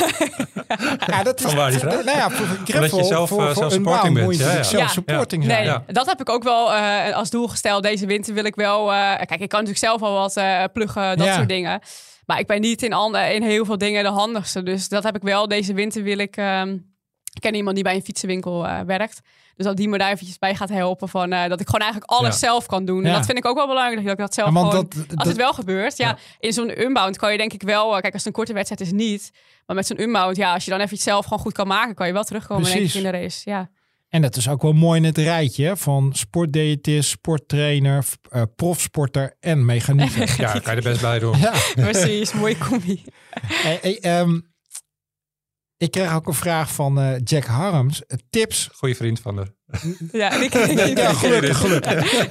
dat is... Van waar die vraag? Nou ja, voor Gravel, je zelf supporting bent. Moet je zelf supporting zijn. Nee, dat heb ik ook wel als doel gesteld. Deze winter wil ik wel... kijk, ik kan natuurlijk zelf al wat pluggen, dat soort dingen. Maar ik ben niet in heel veel dingen de handigste. Dus dat heb ik wel. Deze winter wil ik... Ik ken iemand die bij een fietsenwinkel werkt. Dus dat die me daar eventjes bij gaat helpen. Van, dat ik gewoon eigenlijk alles zelf kan doen. En dat vind ik ook wel belangrijk. Dat ik dat zelf gewoon... als het wel gebeurt. Ja, in zo'n Unbound kan je denk ik wel... Kijk, als het een korte wedstrijd is niet. Maar met zo'n Unbound, als je dan even zelf gewoon goed kan maken... kan je wel terugkomen denk ik, in de race. Ja. En dat is ook wel mooi in het rijtje. Van sportdiëtist, sporttrainer, profsporter en mechanieker. Ja, kan je er best bij doen. Ja. Precies, mooie combi. Ik kreeg ook een vraag van Jack Harms. Tips. Goeie vriend van de... Ja, gelukkig.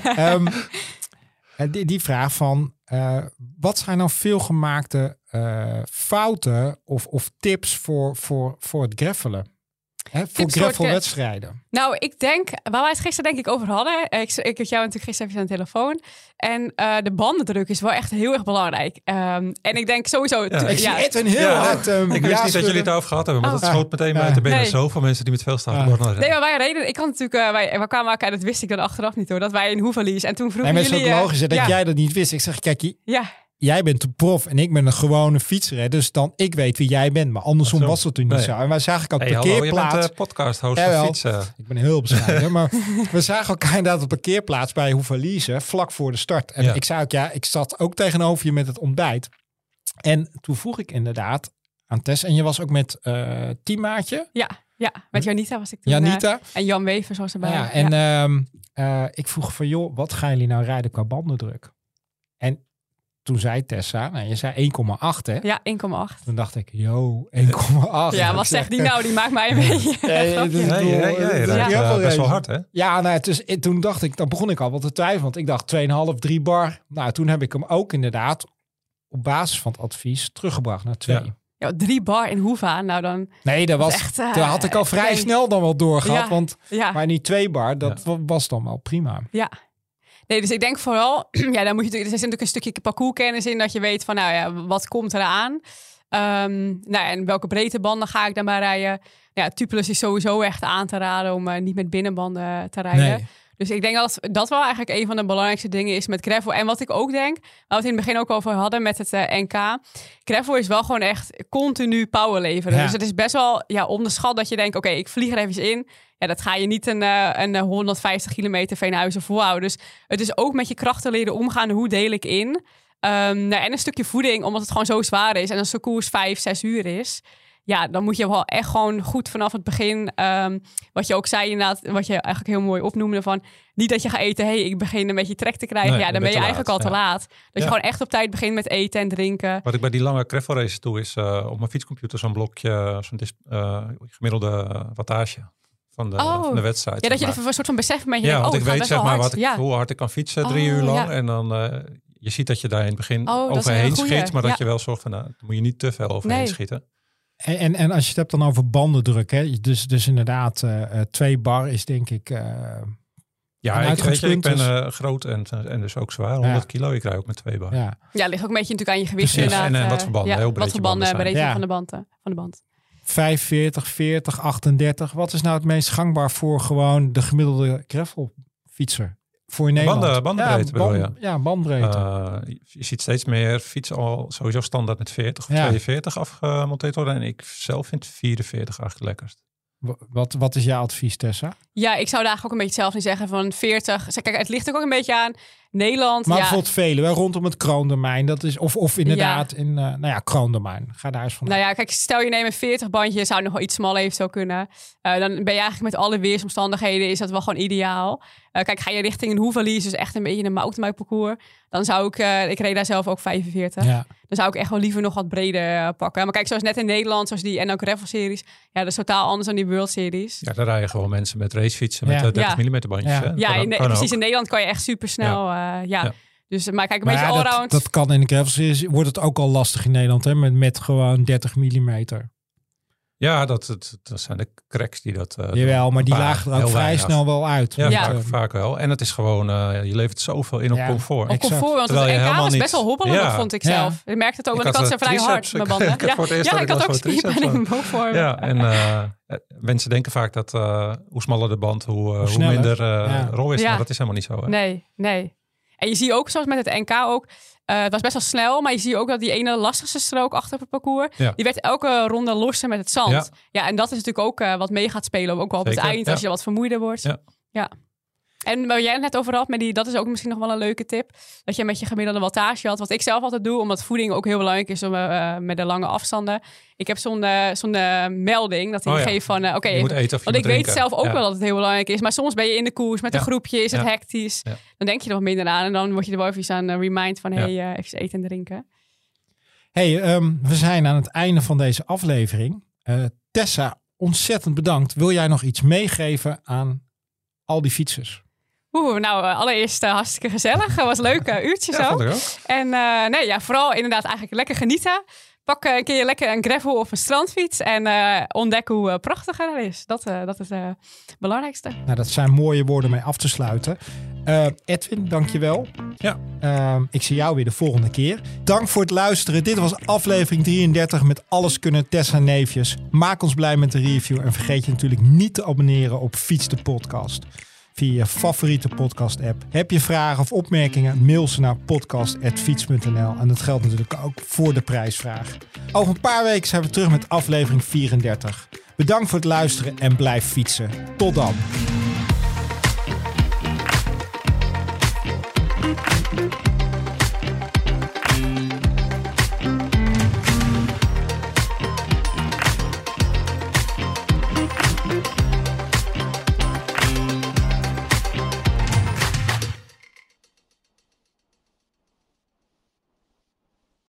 Die vraag van... wat zijn nou veelgemaakte fouten of tips voor het gravelen? Voor gravelwedstrijden. Nou, ik denk, waar wij het gisteren denk ik over hadden. Ik had jou natuurlijk gisteren even aan de telefoon. En de bandendruk is wel echt heel erg belangrijk. En ik denk sowieso... Ik zie Edwin heel hard... ik wist niet dat jullie het over gehad hebben. Maar dat schoot meteen bij te binnen. Nee. Zoveel mensen die met veel staan. Nee, maar wij reden... Ik kan natuurlijk... wij kwamen elkaar, dat wist ik dan achteraf niet hoor. Dat wij in Houffalize. En toen vroegen jullie... Nee, maar het is ook logisch dat jij dat niet wist. Ik zeg, kijk... Jij bent de prof en ik ben een gewone fietser. Dus dan, ik weet wie jij bent. Maar andersom was dat toen niet zo. En wij zagen elkaar op parkeerplaats. Je bent de podcast-host van fietsen. Ik ben heel bescheiden. Maar we zagen elkaar inderdaad op parkeerplaats bij Houffalize. Vlak voor de start. En ik zei ook, ik zat ook tegenover je met het ontbijt. En toen vroeg ik inderdaad aan Tess. En je was ook met teammaatje? Ja, met Janita was ik toen. Janita. En Jan Wevers was erbij. Ja, en ik vroeg van, joh, wat gaan jullie nou rijden qua bandendruk? En toen zei Tessa, je zei 1,8 hè? Ja, 1,8. Toen dacht ik, 1,8. Ja, wat zegt die nou? Die maakt mij een beetje... Ja, best wel hard hè? Ja, toen dacht ik, dan begon ik al wat te twijfelen. Want ik dacht 2,5, 3 bar. Nou, toen heb ik hem ook inderdaad op basis van het advies teruggebracht naar 2. Ja, 3 bar in Hoeva, nou dan... Nee, dat was echt, daar had ik al vrij snel dan wel doorgehad. Maar die 2 bar, dat was dan wel prima. Ja. Nee, dus ik denk vooral, dan moet je, er zit natuurlijk een stukje parcourskennis in, dat je weet van, wat komt eraan? En welke breedtebanden ga ik dan maar rijden? Ja, Tubeless is sowieso echt aan te raden om niet met binnenbanden te rijden. Nee. Dus ik denk dat dat wel eigenlijk een van de belangrijkste dingen is met gravel. En wat ik ook denk, waar we het in het begin ook over hadden met het NK. Gravel is wel gewoon echt continu power leveren. Ja. Dus het is best wel onderschat dat je denkt, oké, ik vlieg er even in. Ja, dat ga je niet een 150 kilometer Veenhuizen volhouden. Dus het is ook met je krachten leren omgaan. Hoe deel ik in? En een stukje voeding, omdat het gewoon zo zwaar is. En als de koers 5-6 uur is... Ja, dan moet je wel echt gewoon goed vanaf het begin... wat je ook zei inderdaad, wat je eigenlijk heel mooi opnoemde van... Niet dat je gaat eten, ik begin een beetje trek te krijgen. Nee, dan ben je eigenlijk al te laat. Dat je gewoon echt op tijd begint met eten en drinken. Wat ik bij die lange gravel races doe is op mijn fietscomputer zo'n blokje... zo'n gemiddelde wattage van de wedstrijd. Ja, dat je even een soort van besef met je denkt, want ik weet zeg maar hoe hard ik kan fietsen 3 uur lang. Ja. En dan... je ziet dat je daar in het begin overheen schiet, maar dat je wel zorgt van, daar moet je niet te veel overheen schieten. En als je het hebt dan over bandendruk, hè? Dus inderdaad 2 bar is denk ik... Ja, ik ben groot en dus ook zwaar. 100 kilo. Ik rij ook met 2 bar. Ja, ligt ook een beetje natuurlijk aan je gewicht. En wat voor banden. Heel breed wat voor banden, breedte van de band. 45, 40, 38. Wat is nou het meest gangbaar voor gewoon de gemiddelde gravelfietser? Voor in Nederland? Bandbreedte bedoel je? Ja, bandbreedte. Je ziet steeds meer fietsen al sowieso standaard met 40 of 42 afgemonteerd worden. En ik zelf vind 44 eigenlijk lekkerst. Wat is jouw advies, Tessa? Ja, ik zou daar eigenlijk ook een beetje hetzelfde zeggen van 40. Kijk, het ligt ook een beetje aan Nederland. Maar bijvoorbeeld Veluwe, rondom het Kroondomein. Dat is, of inderdaad in Kroondomein. Ga daar eens van. Nou ja, kijk, stel je neemt een 40 bandje. Zou nog wel iets smaller eventueel kunnen. Dan ben je eigenlijk met alle weersomstandigheden is dat wel gewoon ideaal. Kijk, ga je richting een Hoeverlies, dus echt een beetje een mountainbike parcours. Dan zou ik reed daar zelf ook 45. Ja. Dan zou ik echt wel liever nog wat breder pakken. Maar kijk, zoals net in Nederland, zoals die NL Gravel series. Ja, dat is totaal anders dan die World Series. Ja, daar rijden gewoon mensen met racefietsen met 30 mm bandjes. Precies. In Nederland kan je echt super snel. Dus, maar kijk, een beetje allround. Dat kan in de Gravel Series. Wordt het ook al lastig in Nederland, hè? Met gewoon 30 mm. Ja, dat zijn de cracks die dat... Jawel, maar die lagen er ook vrij snel wel uit. Ja, vaak wel. En het is gewoon, je levert zoveel in op comfort. Op comfort, want het NK was best wel hobbelig, vond ik zelf. Je merkte het ook, want ik had ze vrij hard, mijn banden. Ik had ook spierpijn voor me. Ja, en mensen denken vaak dat hoe smaller de band, hoe minder rol is. Maar dat is helemaal niet zo. Hè? Nee. En je ziet ook, zoals met het NK ook... het was best wel snel, maar je ziet ook dat die ene lastigste strook achter op het parcours... die werd elke ronde losser met het zand. Ja, en dat is natuurlijk ook wat mee gaat spelen. Ook wel op het eind, als je wat vermoeider wordt. Ja. En waar jij het net over had, dat is ook misschien nog wel een leuke tip. Dat je met je gemiddelde wattage had. Wat ik zelf altijd doe, omdat voeding ook heel belangrijk is met de lange afstanden. Ik heb zo'n melding dat hij geeft van... want ik weet zelf ook wel dat het heel belangrijk is. Maar soms ben je in de koers met een groepje, is het hectisch. Ja. Dan denk je er wat minder aan. En dan word je er wel even aan remind van even eten en drinken. We zijn aan het einde van deze aflevering. Tessa, ontzettend bedankt. Wil jij nog iets meegeven aan al die fietsers? Allereerst hartstikke gezellig. Het was leuk uurtje zo. Vond ik ook. En vooral inderdaad eigenlijk lekker genieten. Pak een keer lekker een gravel of een strandfiets en ontdek hoe prachtig het is. Dat is het belangrijkste. Nou, dat zijn mooie woorden mee af te sluiten. Edwin, dankjewel. Ja. Ik zie jou weer de volgende keer. Dank voor het luisteren. Dit was aflevering 33 met Alles Kunnen Tessa Neefjes. Maak ons blij met de review en vergeet je natuurlijk niet te abonneren op Fiets de Podcast. Via je favoriete podcast-app. Heb je vragen of opmerkingen? Mail ze naar podcast@fiets.nl. En dat geldt natuurlijk ook voor de prijsvraag. Over een paar weken zijn we terug met aflevering 34. Bedankt voor het luisteren en blijf fietsen. Tot dan.